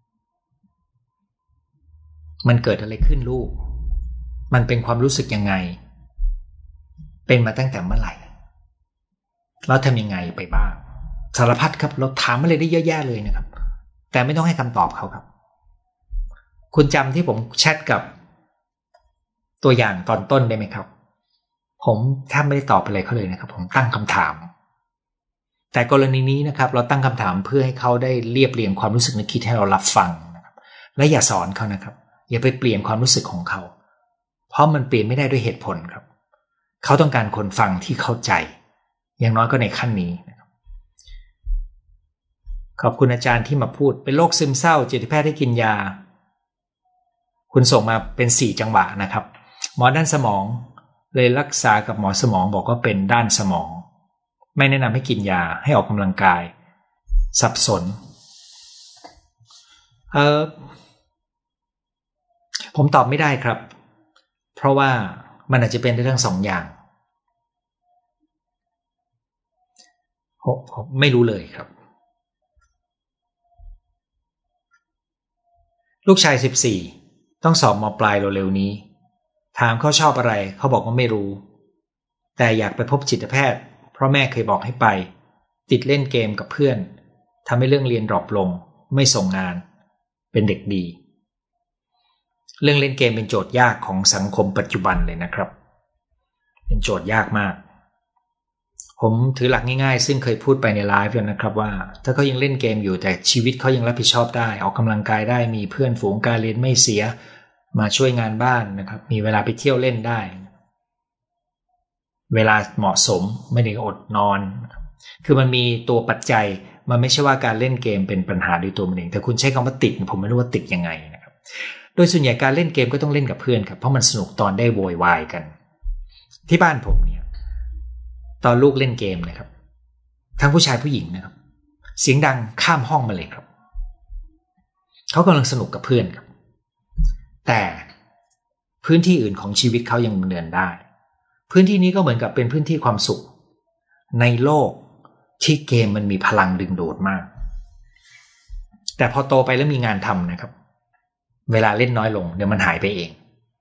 มันเกิดอะไรขึ้นลูกมันเป็นความรู้สึกยังไงเป็นมาตั้งแต่เมื่อไหร่แล้วทำยังไงไปบ้างสารพัดครับเราถามอะไรได้เยอะแยะเลยนะครับแต่ไม่ต้องให้คำตอบเขาครับคุณจำที่ผมแชทกับตัวอย่างตอนต้นได้ไหมครับผมแทบไม่ได้ตอบอะไรเขาเลยนะครับผมตั้งคำถามแต่กรณีนี้นะครับเราตั้งคำถามเพื่อให้เขาได้เรียบเรียงความรู้สึกนึกคิดให้เรารับฟังนะครับและอย่าสอนเขานะครับอย่าไปเปลี่ยนความรู้สึกของเขาเพราะมันเปลี่ยนไม่ได้ด้วยเหตุผลครับเขาต้องการคนฟังที่เข้าใจอย่างน้อยก็ในขั้นนี้นะครับขอบคุณอาจารย์ที่มาพูดเป็นโรคซึมเศร้าจิตแพทย์ให้กินยาคุณส่งมาเป็นสี่จังหวะนะครับหมอด้านสมองเลยรักษากับหมอสมองบอกว่าเป็นด้านสมองไม่แนะนำให้กินยาให้ออกกำลังกายสับสนเออผมตอบไม่ได้ครับเพราะว่ามันอาจจะเป็นได้ทั้งสองอย่างผมไม่รู้เลยครับลูกชายสิบสี่ต้องสอบม.ปลายเร็วๆนี้ถามเขาชอบอะไรเขาบอกว่าไม่รู้แต่อยากไปพบจิตแพทย์เพราะแม่เคยบอกให้ไปติดเล่นเกมกับเพื่อนทำให้เรื่องเรียนดรอปลงไม่ส่งงานเป็นเด็กดีเรื่องเล่นเกมเป็นโจทย์ยากของสังคมปัจจุบันเลยนะครับเป็นโจทย์ยากมากผมถือหลักง่ายๆซึ่งเคยพูดไปในไลฟ์แล้วนะครับว่าถ้าเขายังเล่นเกมอยู่แต่ชีวิตเขายังรับผิดชอบได้ออกกำลังกายได้มีเพื่อนฝูงการเรียนไม่เสียมาช่วยงานบ้านนะครับมีเวลาไปเที่ยวเล่นได้เวลาเหมาะสมไม่ได้อดนอนคือมันมีตัวปัจจัยมันไม่ใช่ว่าการเล่นเกมเป็นปัญหาด้วยตัวมันเองแต่คุณใช้คำว่าติดผมไม่รู้ว่าติดยังไงนะครับโดยส่วนใหญ่การเล่นเกมก็ต้องเล่นกับเพื่อนครับเพราะมันสนุกตอนได้โวยวายกันที่บ้านผมเนี่ยตอนลูกเล่นเกมนะครับทั้งผู้ชายผู้หญิงนะครับเสียงดังข้ามห้องมาเลยครับเขากำลังสนุกกับเพื่อนครับแต่พื้นที่อื่นของชีวิตเขายังดำเนินได้พื้นที่นี้ก็เหมือนกับเป็นพื้นที่ความสุขในโลกที่เกมมันมีพลังดึงดูดมากแต่พอโตไปแล้วมีงานทำนะครับเวลาเล่นน้อยลงเดี๋ยวมันหายไปเอง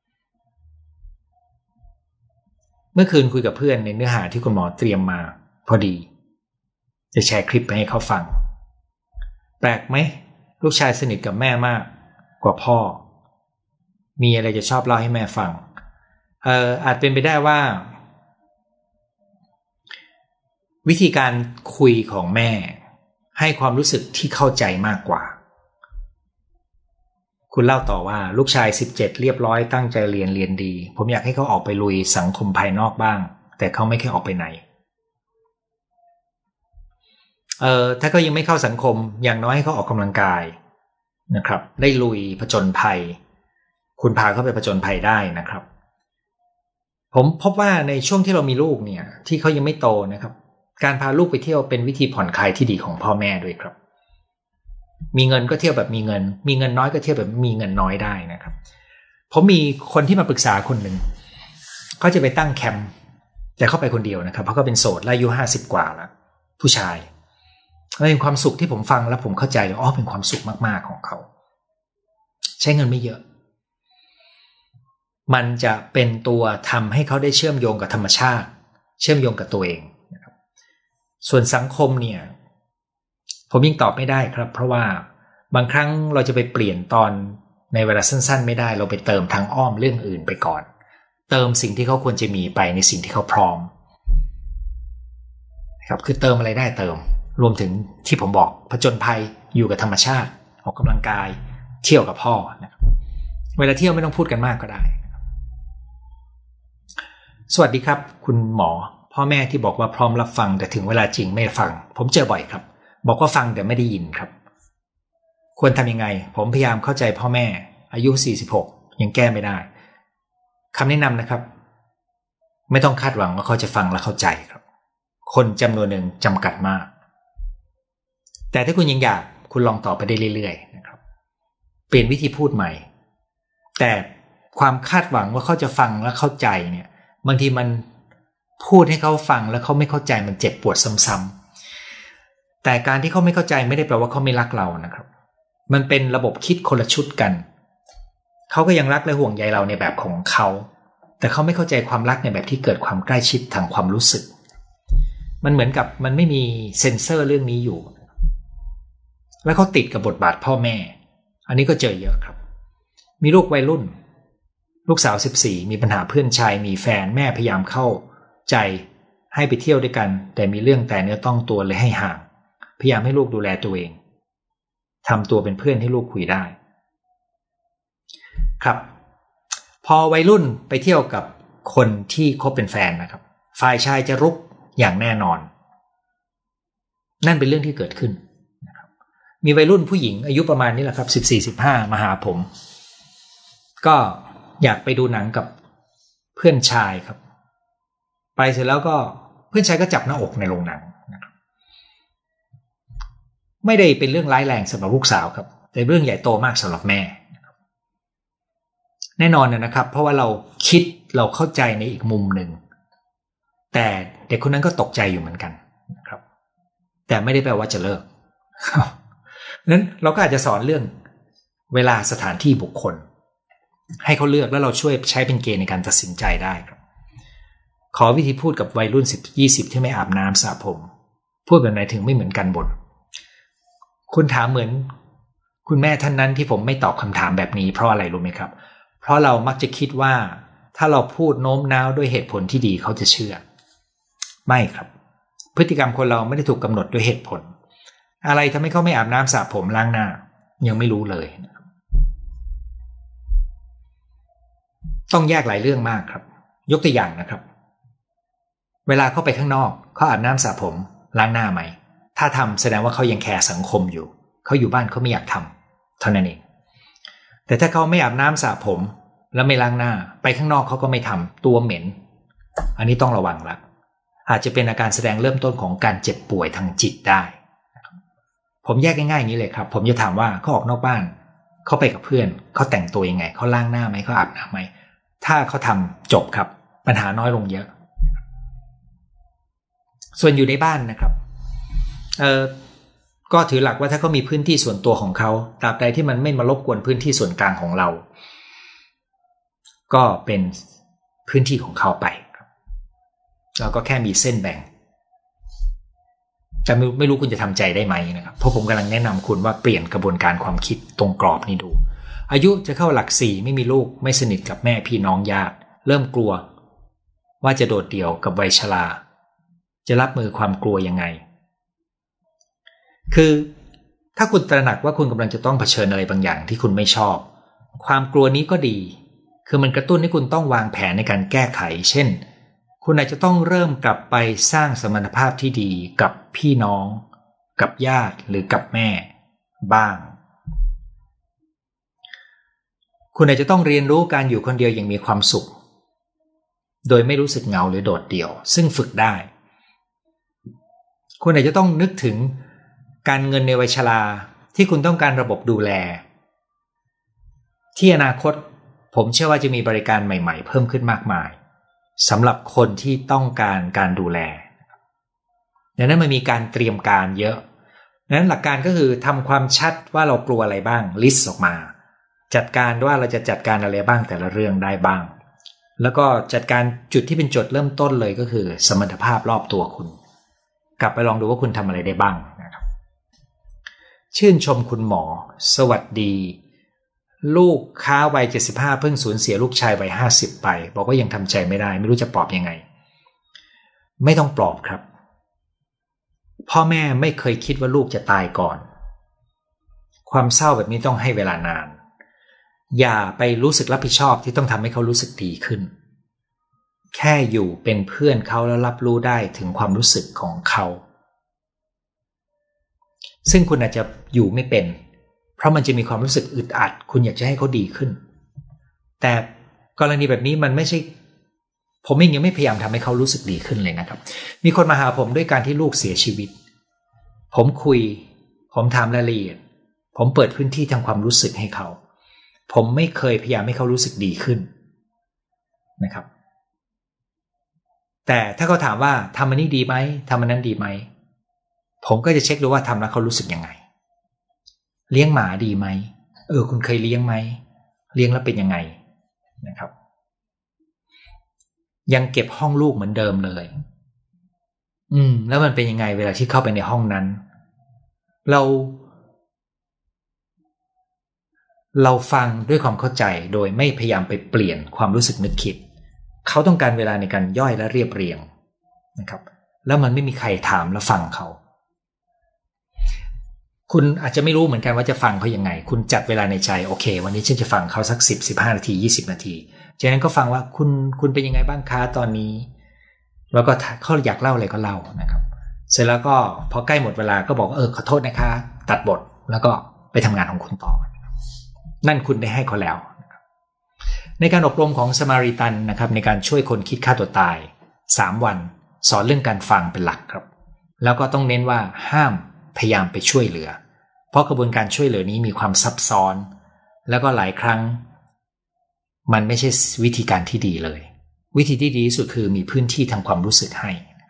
เมื่อคืนคุยกับเพื่อนในเนื้อหาที่คุณหมอเตรียมมาพอดีจะแชร์คลิปไปให้เขาฟังแปลกไหมลูกชายสนิทกับแม่มากกว่าพ่อมีอะไรจะชอบเล่าให้แม่ฟังเอ่ออาจเป็นไปได้ว่าวิธีการคุยของแม่ให้ความรู้สึกที่เข้าใจมากกว่าคุณเล่าต่อว่าลูกชายสิบเจ็ดเรียบร้อยตั้งใจเรียนเรียนดีผมอยากให้เขาออกไปลุยสังคมภายนอกบ้างแต่เขาไม่เคยออกไปไหนเอ่อถ้าเขายังไม่เข้าสังคมอย่างน้อยให้เขาออกกำลังกายนะครับได้ลุยผจญภัยคุณพาเขาไปผจญภัยได้นะครับผมพบว่าในช่วงที่เรามีลูกเนี่ยที่เขายังไม่โตนะครับการพาลูกไปเที่ยวเป็นวิธีผ่อนคลายที่ดีของพ่อแม่ด้วยครับมีเงินก็เที่ยวแบบมีเงินมีเงินน้อยก็เที่ยวแบบมีเงินน้อยได้นะครับผมมีคนที่มาปรึกษาคนหนึ่งเขาจะไปตั้งแคมป์แต่เขาไปคนเดียวนะครับเพราะเขาเป็นโสดและอายุห้าสิบกว่าแล้วผู้ชายเป็นความสุขที่ผมฟังแล้วผมเข้าใจเลยอ๋อเป็นความสุขมากๆของเขาใช้เงินไม่เยอะมันจะเป็นตัวทำให้เขาได้เชื่อมโยงกับธรรมชาติเชื่อมโยงกับตัวเองนะครับส่วนสังคมเนี่ยผมยิ่งตอบไม่ได้ครับเพราะว่าบางครั้งเราจะไปเปลี่ยนตอนในเวลาสั้นๆไม่ได้เราไปเติมทางอ้อมเรื่องอื่นไปก่อนเติมสิ่งที่เขาควรจะมีไปในสิ่งที่เขาพร้อมนะครับคือเติมอะไรได้เติมรวมถึงที่ผมบอกผจญภัยอยู่กับธรรมชาติออกกำลังกายเที่ยวกับพ่อนะครับเวลาเที่ยวไม่ต้องพูดกันมากก็ได้สวัสดีครับคุณหมอพ่อแม่ที่บอกว่าพร้อมรับฟังแต่ถึงเวลาจริงไม่ฟังผมเจอบ่อยครับบอกว่าฟังแต่ไม่ได้ยินครับควรทำยังไงผมพยายามเข้าใจพ่อแม่อายุสี่สิบหกยังแก้ไม่ได้คำแนะนำนะครับไม่ต้องคาดหวังว่าเขาจะฟังและเข้าใจครับคนจำนวนหนึ่งจำกัดมากแต่ถ้าคุณยังอยากคุณลองต่อไปได้เรื่อยๆนะครับเปลี่ยนวิธีพูดใหม่แต่ความคาดหวังว่าเขาจะฟังและเข้าใจเนี่ยบางทีมันพูดให้เขาฟังแล้วเขาไม่เข้าใจมันเจ็บปวดซ้ำๆแต่การที่เขาไม่เข้าใจไม่ได้แปลว่าเขาไม่รักเรานะครับมันเป็นระบบคิดคนละชุดกันเขาก็ยังรักและห่วงใยเราในแบบของเขาแต่เขาไม่เข้าใจความรักในแบบที่เกิดความใกล้ชิดทางความรู้สึกมันเหมือนกับมันไม่มีเซ็นเซอร์เรื่องนี้อยู่แล้วเขาติดกับบทบาทพ่อแม่อันนี้ก็เจอเยอะครับมีลูกวัยรุ่นลูกสาวสิบสี่มีปัญหาเพื่อนชายมีแฟนแม่พยายามเข้าใจให้ไปเที่ยวด้วยกันแต่มีเรื่องแต่เนื้อต้องตัวเลยให้ห่างพยายามให้ลูกดูแลตัวเองทำตัวเป็นเพื่อนให้ลูกคุยได้ครับพอวัยรุ่นไปเที่ยวกับคนที่คบเป็นแฟนนะครับฝ่ายชายจะรุกอย่างแน่นอนนั่นเป็นเรื่องที่เกิดขึ้นนะครับมีวัยรุ่นผู้หญิงอายุประมาณนี้แหละครับสิบสี่ สิบห้ามาหาผมก็อยากไปดูหนังกับเพื่อนชายครับไปเสร็จแล้วก็เพื่อนชายก็จับหน้าอกในโรงหนังนะครับไม่ได้เป็นเรื่องร้ายแรงสำหรับลูกสาวครับแต่เรื่องใหญ่โตมากสำหรับแม่แน่นอนนะครับเพราะว่าเราคิดเราเข้าใจในอีกมุมหนึ่งแต่เด็กคนนั้นก็ตกใจอยู่เหมือนกันนะครับแต่ไม่ได้แปลว่าจะเลิกนั้นเราก็อาจจะสอนเรื่องเวลาสถานที่บุคคลให้เขาเลือกแล้วเราช่วยใช้เป็นเกณฑ์ในการตัดสินใจได้ครับขอวิธีพูดกับวัยรุ่นสิบ ยี่สิบที่ไม่อาบน้ำสระผมพูดแบบไหนถึงไม่เหมือนกันบทคุณถามเหมือนคุณแม่ท่านนั้นที่ผมไม่ตอบคำถามแบบนี้เพราะอะไรรู้ไหมครับเพราะเรามักจะคิดว่าถ้าเราพูดโน้มน้าวด้วยเหตุผลที่ดีเขาจะเชื่อไม่ครับพฤติกรรมคนเราไม่ได้ถูกกำหนดด้วยเหตุผลอะไรทำให้เขาไม่อาบน้ำสระผมล้างหน้ายังไม่รู้เลยต้องแยกหลายเรื่องมากครับยกตัวอย่างนะครับเวลาเขาไปข้างนอกเขาอาบน้ำสระผมล้างหน้าไหมถ้าทำแสดงว่าเขายังแคร์สังคมอยู่เขาอยู่บ้านเขาไม่อยากทำเท่านั้นเองแต่ถ้าเขาไม่อาบน้ำสระผมแล้วไม่ล้างหน้าไปข้างนอกเขาก็ไม่ทำตัวเหม็นอันนี้ต้องระวังละอาจจะเป็นอาการแสดงเริ่มต้นของการเจ็บป่วยทางจิตได้ผมแยกง่ายๆอย่างนี้เลยครับผมจะถามว่าเขาออกนอกบ้านเขาไปกับเพื่อนเขาแต่งตัวยังไงเขาล้างหน้าไหมเขาอาบน้ำไหมถ้าเขาทำจบครับปัญหาน้อยลงเยอะส่วนอยู่ในบ้านนะครับเออก็ถือหลักว่าถ้าเขามีพื้นที่ส่วนตัวของเขาตราบใดที่มันไม่มารบกวนพื้นที่ส่วนกลางของเราก็เป็นพื้นที่ของเขาไปครับเราก็แค่มีเส้นแบ่งแต่ไม่รู้คุณจะทำใจได้ไหมนะครับเพราะผมกำลังแนะนำคุณว่าเปลี่ยนกระบวนการความคิดตรงกรอบนี้ดูอายุจะเข้าหลักสี่ไม่มีลูกไม่สนิทกับแม่พี่น้องญาติเริ่มกลัวว่าจะโดดเดี่ยวกับวัยชราจะรับมือความกลัวยังไงคือถ้าคุณตระหนักว่าคุณกำลังจะต้องเผชิญอะไรบางอย่างที่คุณไม่ชอบความกลัวนี้ก็ดีคือมันกระตุ้นให้คุณต้องวางแผนในการแก้ไขเช่นคุณอาจจะต้องเริ่มกลับไปสร้างสมรรถภาพที่ดีกับพี่น้องกับญาติหรือกับแม่บ้างคุณอาจจะต้องเรียนรู้การอยู่คนเดียวอย่างมีความสุขโดยไม่รู้สึกเหงาหรือโดดเดี่ยวซึ่งฝึกได้คุณอาจจะต้องนึกถึงการเงินในวัยชราที่คุณต้องการระบบดูแลที่อนาคตผมเชื่อว่าจะมีบริการใหม่ๆเพิ่มขึ้นมากมายสำหรับคนที่ต้องการการดูแลดังนั้นมันมีการเตรียมการเยอะดังนั้นหลักการก็คือทำความชัดว่าเรากลัวอะไรบ้างลิสต์ออกมาจัดการว่าเราจะจัดการอะไรบ้างแต่ละเรื่องได้บ้างแล้วก็จัดการจุดที่เป็นจุดเริ่มต้นเลยก็คือสมรรถภาพรอบตัวคุณกลับไปลองดูว่าคุณทำอะไรได้บ้างนะครับชื่นชมคุณหมอสวัสดีลูกค้าวัยเจ็ดสิบห้าเพิ่งสูญเสียลูกชายวัยห้าสิบไปบอกว่ายังทำใจไม่ได้ไม่รู้จะปลอบยังไงไม่ต้องปลอบครับพ่อแม่ไม่เคยคิดว่าลูกจะตายก่อนความเศร้าแบบนี้ต้องให้เวลานานอย่าไปรู้สึกรับผิดชอบที่ต้องทำให้เขารู้สึกดีขึ้นแค่อยู่เป็นเพื่อนเขาแล้วรับรู้ได้ถึงความรู้สึกของเขาซึ่งคุณอาจจะอยู่ไม่เป็นเพราะมันจะมีความรู้สึกอึดอัดคุณอยากจะให้เขาดีขึ้นแต่กรณีแบบนี้มันไม่ใช่ผมเองยังไม่พยายามทำให้เขารู้สึกดีขึ้นเลยนะครับมีคนมาหาผมด้วยการที่ลูกเสียชีวิตผมคุยผมถามรายละเอียดผมเปิดพื้นที่ทางความรู้สึกให้เขาผมไม่เคยพยายามให้เขารู้สึกดีขึ้นนะครับแต่ถ้าเขาถามว่าทำอันนี้ดีไหมทำอันนั้นดีไหมผมก็จะเช็คดูว่าทำแล้วเขารู้สึกยังไงเลี้ยงหมาดีไหมเออคุณเคยเลี้ยงไหมเลี้ยงแล้วเป็นยังไงนะครับยังเก็บห้องลูกเหมือนเดิมเลยอืมแล้วมันเป็นยังไงเวลาที่เข้าไปในห้องนั้นเราเราฟังด้วยความเข้าใจโดยไม่พยายามไปเปลี่ยนความรู้สึกนึกคิดเขาต้องการเวลาในการย่อยและเรียบเรียงนะครับแล้วมันไม่มีใครถามและฟังเขาคุณอาจจะไม่รู้เหมือนกันว่าจะฟังเขายังไงคุณจัดเวลาในใจโอเควันนี้ฉันจะฟังเขาสักสิบ สิบห้านาทียี่สิบนาทีจากนั้นก็ฟังว่าคุณคุณเป็นยังไงบ้างคะตอนนี้แล้วก็เขาอยากเล่าอะไรก็เล่านะครับเสร็จแล้วก็พอใกล้หมดเวลาก็บอกเออขอโทษนะคะตัดบทแล้วก็ไปทำงานของคุณต่อนั่นคุณได้ให้เขาแล้วในการอบรมของสมาริตันนะครับในการช่วยคนคิดฆ่าตัวตายสามวันสอนเรื่องการฟังเป็นหลักครับแล้วก็ต้องเน้นว่าห้ามพยายามไปช่วยเหลือเพราะกระบวนการช่วยเหลือนี้มีความซับซ้อนแล้วก็หลายครั้งมันไม่ใช่วิธีการที่ดีเลยวิธีที่ดีที่สุดคือมีพื้นที่ทางความรู้สึกให้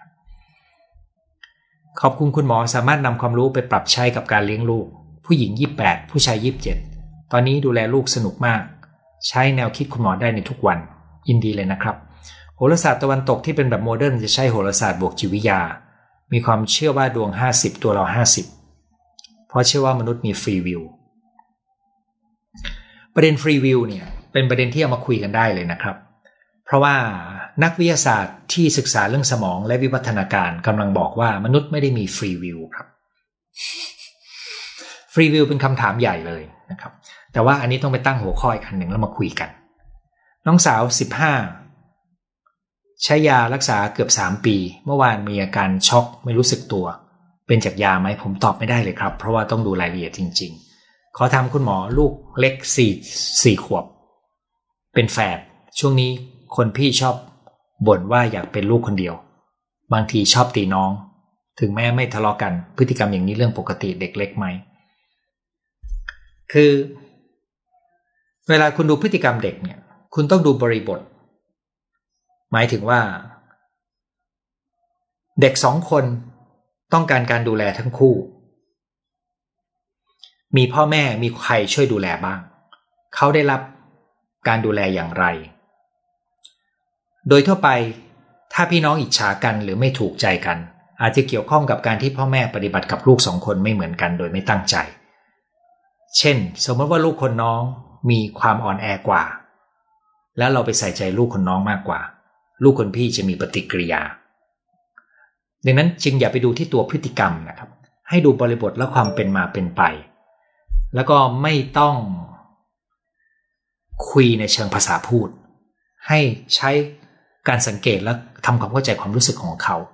ขอบคุณคุณหมอสามารถนำความรู้ไปปรับใช้กับการเลี้ยงลูกผู้หญิงยี่สิบแปดผู้ชายยี่สิบเจ็ดตอนนี้ดูแลลูกสนุกมากใช้แนวคิดคุณหมอได้ในทุกวันยินดีเลยนะครับโหราศาสตร์ตะวันตกที่เป็นแบบโมเดิร์นจะใช้โหราศาสตร์บวกจิตวิทยามีความเชื่อว่าดวงห้าสิบตัวเราห้าสิบเพราะเชื่อว่ามนุษย์มีฟรีวิลประเด็นฟรีวิลเนี่ยเป็นประเด็นที่เอามาคุยกันได้เลยนะครับเพราะว่านักวิทยาศาสตร์ที่ศึกษาเรื่องสมองและวิวัฒนาการกำลังบอกว่ามนุษย์ไม่ได้มีฟรีวิลครับฟรีวิลเป็นคำถามใหญ่เลยนะครับแต่ว่าอันนี้ต้องไปตั้งหัวข้ออีกอันหนึ่งแล้วมาคุยกันน้องสาวสิบห้าใช้ยารักษาเกือบสามปีเมื่อวานมีอาการช็อกไม่รู้สึกตัวเป็นจากยาไหมผมตอบไม่ได้เลยครับเพราะว่าต้องดูรายละเอียดจริงๆขอถามคุณหมอลูกเล็กสี่สี่ขวบเป็นแฝดช่วงนี้คนพี่ชอบบ่นว่าอยากเป็นลูกคนเดียวบางทีชอบตีน้องถึงแม้ไม่ทะเลาะกันพฤติกรรมอย่างนี้เรื่องปกติเด็กเล็กไหมคือเวลาคุณดูพฤติกรรมเด็กเนี่ยคุณต้องดูบริบทหมายถึงว่าเด็กสองคนต้องการการดูแลทั้งคู่มีพ่อแม่มีใครช่วยดูแลบ้างเขาได้รับการดูแลอย่างไรโดยทั่วไปถ้าพี่น้องอิจฉากันหรือไม่ถูกใจกันอาจจะเกี่ยวข้องกับการที่พ่อแม่ปฏิบัติกับลูกสองคนไม่เหมือนกันโดยไม่ตั้งใจเช่นสมมติว่าลูกคนน้องมีความอ่อนแอกว่าแล้วเราไปใส่ใจลูกคนน้องมากกว่าลูกคนพี่จะมีปฏิกิริยาดังนั้นจึงอย่าไปดูที่ตัวพฤติกรรมนะครับให้ดูบริบทและความเป็นมาเป็นไปแล้วก็ไม่ต้องคุยในเชิงภาษาพูดให้ใช้การสังเกตและทำความเข้าใจความรู้สึกของเขา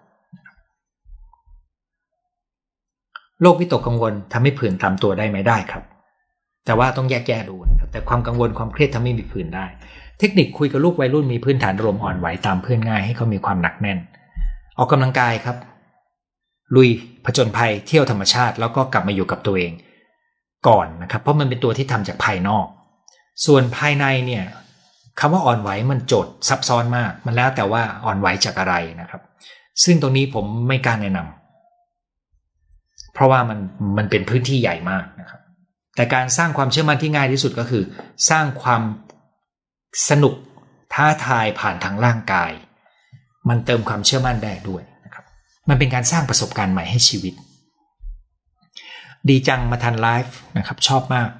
โรควิตกกังวลทำให้ผื่นตามตัวได้ไหมได้ครับแต่ว่าต้องแยกแยะดูนะครับแต่ความกังวลความเครียดทำให้มีผื่นได้เทคนิคคุยกับลูกวัยรุ่นมีพื้นฐานอารมณ์อ่อนไหวตามเพื่อนง่ายให้เขามีความหนักแน่นออกกำลังกายครับลุยผจญภัยเที่ยวธรรมชาติแล้วก็กลับมาอยู่กับตัวเองก่อนนะครับเพราะมันเป็นตัวที่ทำจากภายนอกส่วนภายในเนี่ยคำว่าอ่อนไหวมันโจทย์ซับซ้อนมากมันแล้วแต่ว่าอ่อนไหวจากอะไรนะครับซึ่งตรงนี้ผมไม่กล้าแนะนำเพราะว่ามันมันเป็นพื้นที่ใหญ่มากนะครับแต่การสร้างความเชื่อมั่นที่ง่ายที่สุดก็คือสร้างความสนุกท้าทายผ่านทางร่างกายมันเติมความเชื่อมั่นได้ด้วยนะครับมันเป็นการสร้างประสบการณ์ใหม่ให้ชีวิตดีจังมาทันไลฟ์นะครับชอบมาก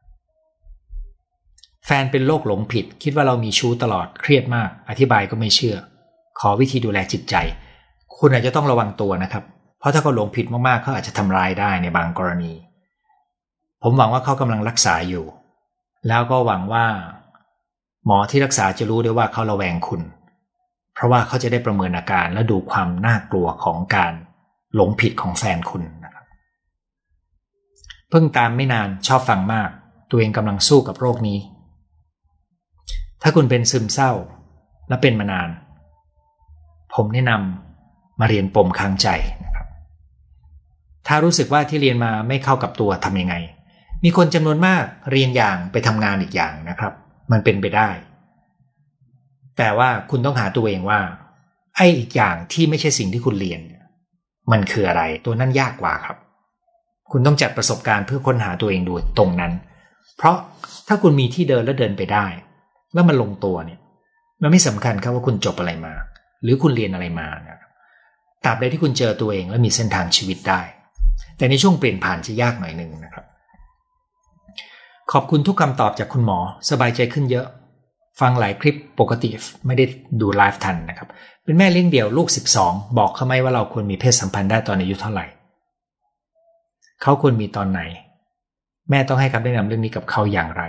แฟนเป็นโรคหลงผิดคิดว่าเรามีชู้ตลอดเครียดมากอธิบายก็ไม่เชื่อขอวิธีดูแลจิตใจคุณอาจจะต้องระวังตัวนะครับเพราะถ้าเขาหลงผิดมากๆเขาอาจจะทำร้ายได้ในบางกรณีผมหวังว่าเขากำลังรักษาอยู่แล้วก็หวังว่าหมอที่รักษาจะรู้ได้ว่าเขาระแวงคุณเพราะว่าเขาจะได้ประเมินอาการและดูความน่ากลัวของการหลงผิดของแฟนคุณนะครับเพิ่งตามไม่นานชอบฟังมากตัวเองกำลังสู้กับโรคนี้ถ้าคุณเป็นซึมเศร้าและเป็นมานานผมแนะนำมาเรียนปมค้างใจนะครับถ้ารู้สึกว่าที่เรียนมาไม่เข้ากับตัวทำยังไงมีคนจำนวนมากเรียนอย่างไปทำงานอีกอย่างนะครับมันเป็นไปได้แต่ว่าคุณต้องหาตัวเองว่าไอ้อีกอย่างที่ไม่ใช่สิ่งที่คุณเรียนมันคืออะไรตัวนั้นยากกว่าครับคุณต้องจัดประสบการณ์เพื่อค้นหาตัวเองดูตรงนั้นเพราะถ้าคุณมีที่เดินและเดินไปได้แล้วมันลงตัวเนี่ยมันไม่สำคัญครับว่าคุณจบอะไรมาหรือคุณเรียนอะไรมานะครับตราบใดที่คุณเจอตัวเองและมีเส้นทางชีวิตได้แต่ในช่วงเปลี่ยนผ่านจะยากหน่อยนึงนะครับขอบคุณทุกคำตอบจากคุณหมอสบายใจขึ้นเยอะฟังหลายคลิปปกติไม่ได้ดูไลฟ์ทันนะครับเป็นแม่เลี้ยงเดี่ยวลูกสิบสองบอกเขาไหมว่าเราควรมีเพศสัมพันธ์ได้ตอนอายุเท่าไหร่เขาควรมีตอนไหนแม่ต้องให้คำแนะนำเรื่องนี้กับเขาอย่างไร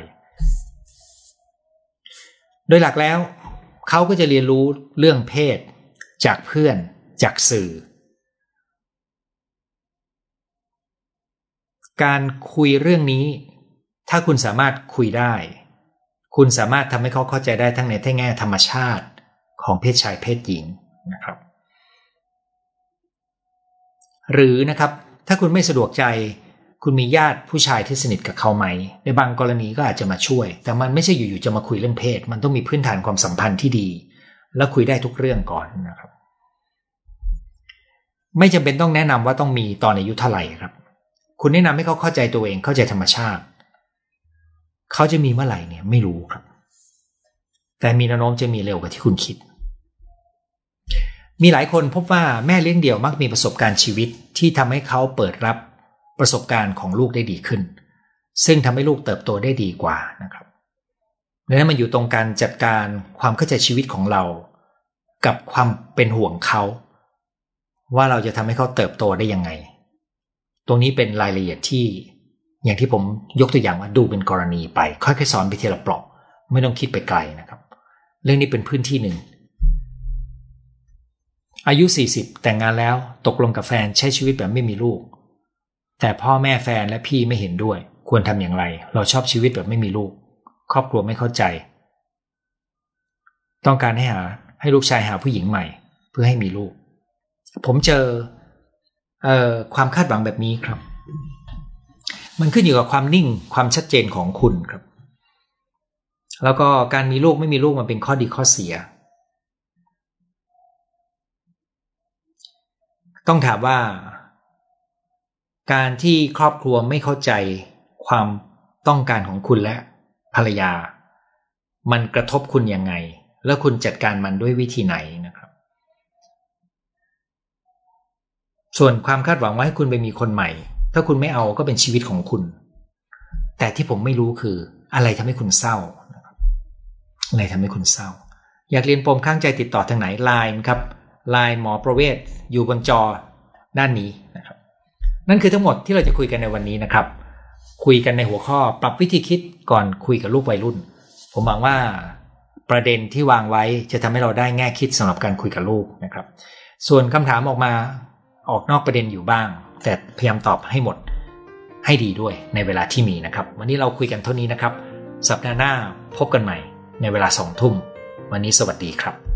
โดยหลักแล้วเขาก็จะเรียนรู้เรื่องเพศจากเพื่อนจากสื่อการคุยเรื่องนี้ถ้าคุณสามารถคุยได้คุณสามารถทำให้เขาเข้าใจได้ทั้งในแง่ธรรมชาติของเพศชายเพศหญิงนะครับหรือนะครับถ้าคุณไม่สะดวกใจคุณมีญาติผู้ชายที่สนิทกับเขาไหมในบางกรณีก็อาจจะมาช่วยแต่มันไม่ใช่อยู่ๆจะมาคุยเรื่องเพศมันต้องมีพื้นฐานความสัมพันธ์ที่ดีและคุยได้ทุกเรื่องก่อนนะครับไม่จำเป็นต้องแนะนำว่าต้องมีตอนอายุเท่าไหร่ครับคุณแนะนำให้เขาเข้าใจตัวเองเข้าใจธรรมชาติเขาจะมีเมื่อไหร่เนี่ยไม่รู้ครับแต่มีแนวโน้มจะมีเร็วกว่าที่คุณคิดมีหลายคนพบว่าแม่เลี้ยงเดี่ยวมักมีประสบการณ์ชีวิตที่ทำให้เขาเปิดรับประสบการณ์ของลูกได้ดีขึ้นซึ่งทำให้ลูกเติบโตได้ดีกว่านะครับดังนั้นมันอยู่ตรงการจัดการความเข้าใจชีวิตของเรากับความเป็นห่วงเขาว่าเราจะทำให้เขาเติบโตได้ยังไงตรงนี้เป็นรายละเอียดที่อย่างที่ผมยกตัวอย่างว่าดูเป็นกรณีไปค่อยๆสอนไปทีละเปราะไม่ต้องคิดไปไกลนะครับเรื่องนี้เป็นพื้นที่หนึ่งอายุสี่สิบแต่งงานแล้วตกลงกับแฟนใช้ชีวิตแบบไม่มีลูกแต่พ่อแม่แฟนและพี่ไม่เห็นด้วยควรทำอย่างไรเราชอบชีวิตแบบไม่มีลูกครอบครัวไม่เข้าใจต้องการให้หาให้ลูกชายหาผู้หญิงใหม่เพื่อให้มีลูกผมเจอเอ่อความคาดหวังแบบนี้ครับมันขึ้นอยู่กับความนิ่งความชัดเจนของคุณครับแล้วก็การมีลูกไม่มีลูกมันเป็นข้อดีข้อเสียต้องถามว่าการที่ครอบครัวไม่เข้าใจความต้องการของคุณและภรรยามันกระทบคุณยังไงแล้วคุณจัดการมันด้วยวิธีไหนนะครับส่วนความคาดหวังว่าให้คุณไปมีคนใหม่ถ้าคุณไม่เอาก็เป็นชีวิตของคุณแต่ที่ผมไม่รู้คืออะไรทำให้คุณเศร้าอะไรทำให้คุณเศร้าอยากเรียนปมข้างใจติดต่อทางไหน ไลน์ ครับ ไลน์ หมอประเวศอยู่บนจอด้านนี้นะครับนั่นคือทั้งหมดที่เราจะคุยกันในวันนี้นะครับคุยกันในหัวข้อปรับวิธีคิดก่อนคุยกับลูกวัยรุ่นผมหวังว่าประเด็นที่วางไว้จะทำให้เราได้แง่คิดสำหรับการคุยกับลูกนะครับส่วนคำถามออกมาออกนอกประเด็นอยู่บ้างแต่พยายามตอบให้หมดให้ดีด้วยในเวลาที่มีนะครับวันนี้เราคุยกันเท่านี้นะครับสัปดาห์หน้าพบกันใหม่ในเวลาสองทุ่มวันนี้สวัสดีครับ